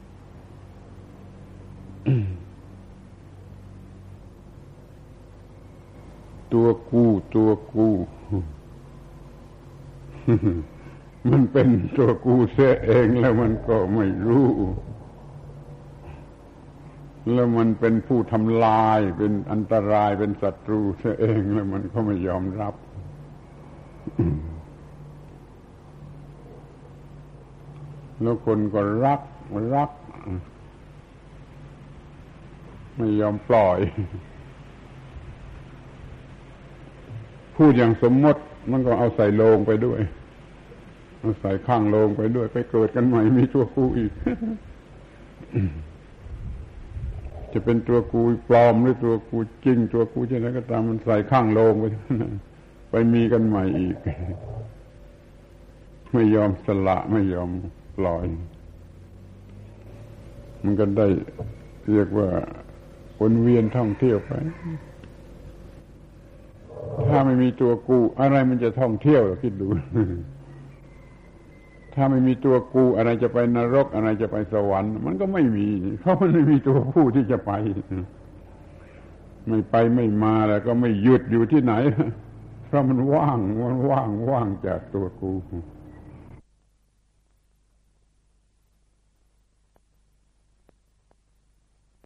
ตัวกูตัวกูมันเป็นตัวกูเสียเองแล้วมันก็ไม่รู้แล้วมันเป็นผู้ทำลายเป็นอันตรายเป็นศัตรูเสียเองแล้วมันก็ไม่ยอมรับแล้วคนก็รักรักไม่ยอมปล่อยพูดอย่างสมมติมันก็เอาใส่โลงไปด้วยเอาใส่ข้างโลงไปด้วยไปเกิดกันใหม่มีตัวกูอีก จะเป็นตัวกูปลอมหรือตัวกูจริงตัวกูที่ไหนก็ตามมันใส่ข้างโลงไปไปมีกันใหม่อีกไม่ยอมสละไม่ยอมปล่อยมันก็ได้เรียกว่าวนเวียนท่องเที่ยวไปถ้าไม่มีตัวกูอะไรมันจะท่องเที่ยวคิดดูถ้าไม่มีตัวกูอะไรจะไปนรกอะไรจะไปสวรรค์มันก็ไม่มีเพราะมันไม่มีตัวผู้ที่จะไปไม่ไปไม่มาแล้วก็ไม่หยุดอยู่ที่ไหนเพราะมันว่างมันว่างว่างจากตัวกู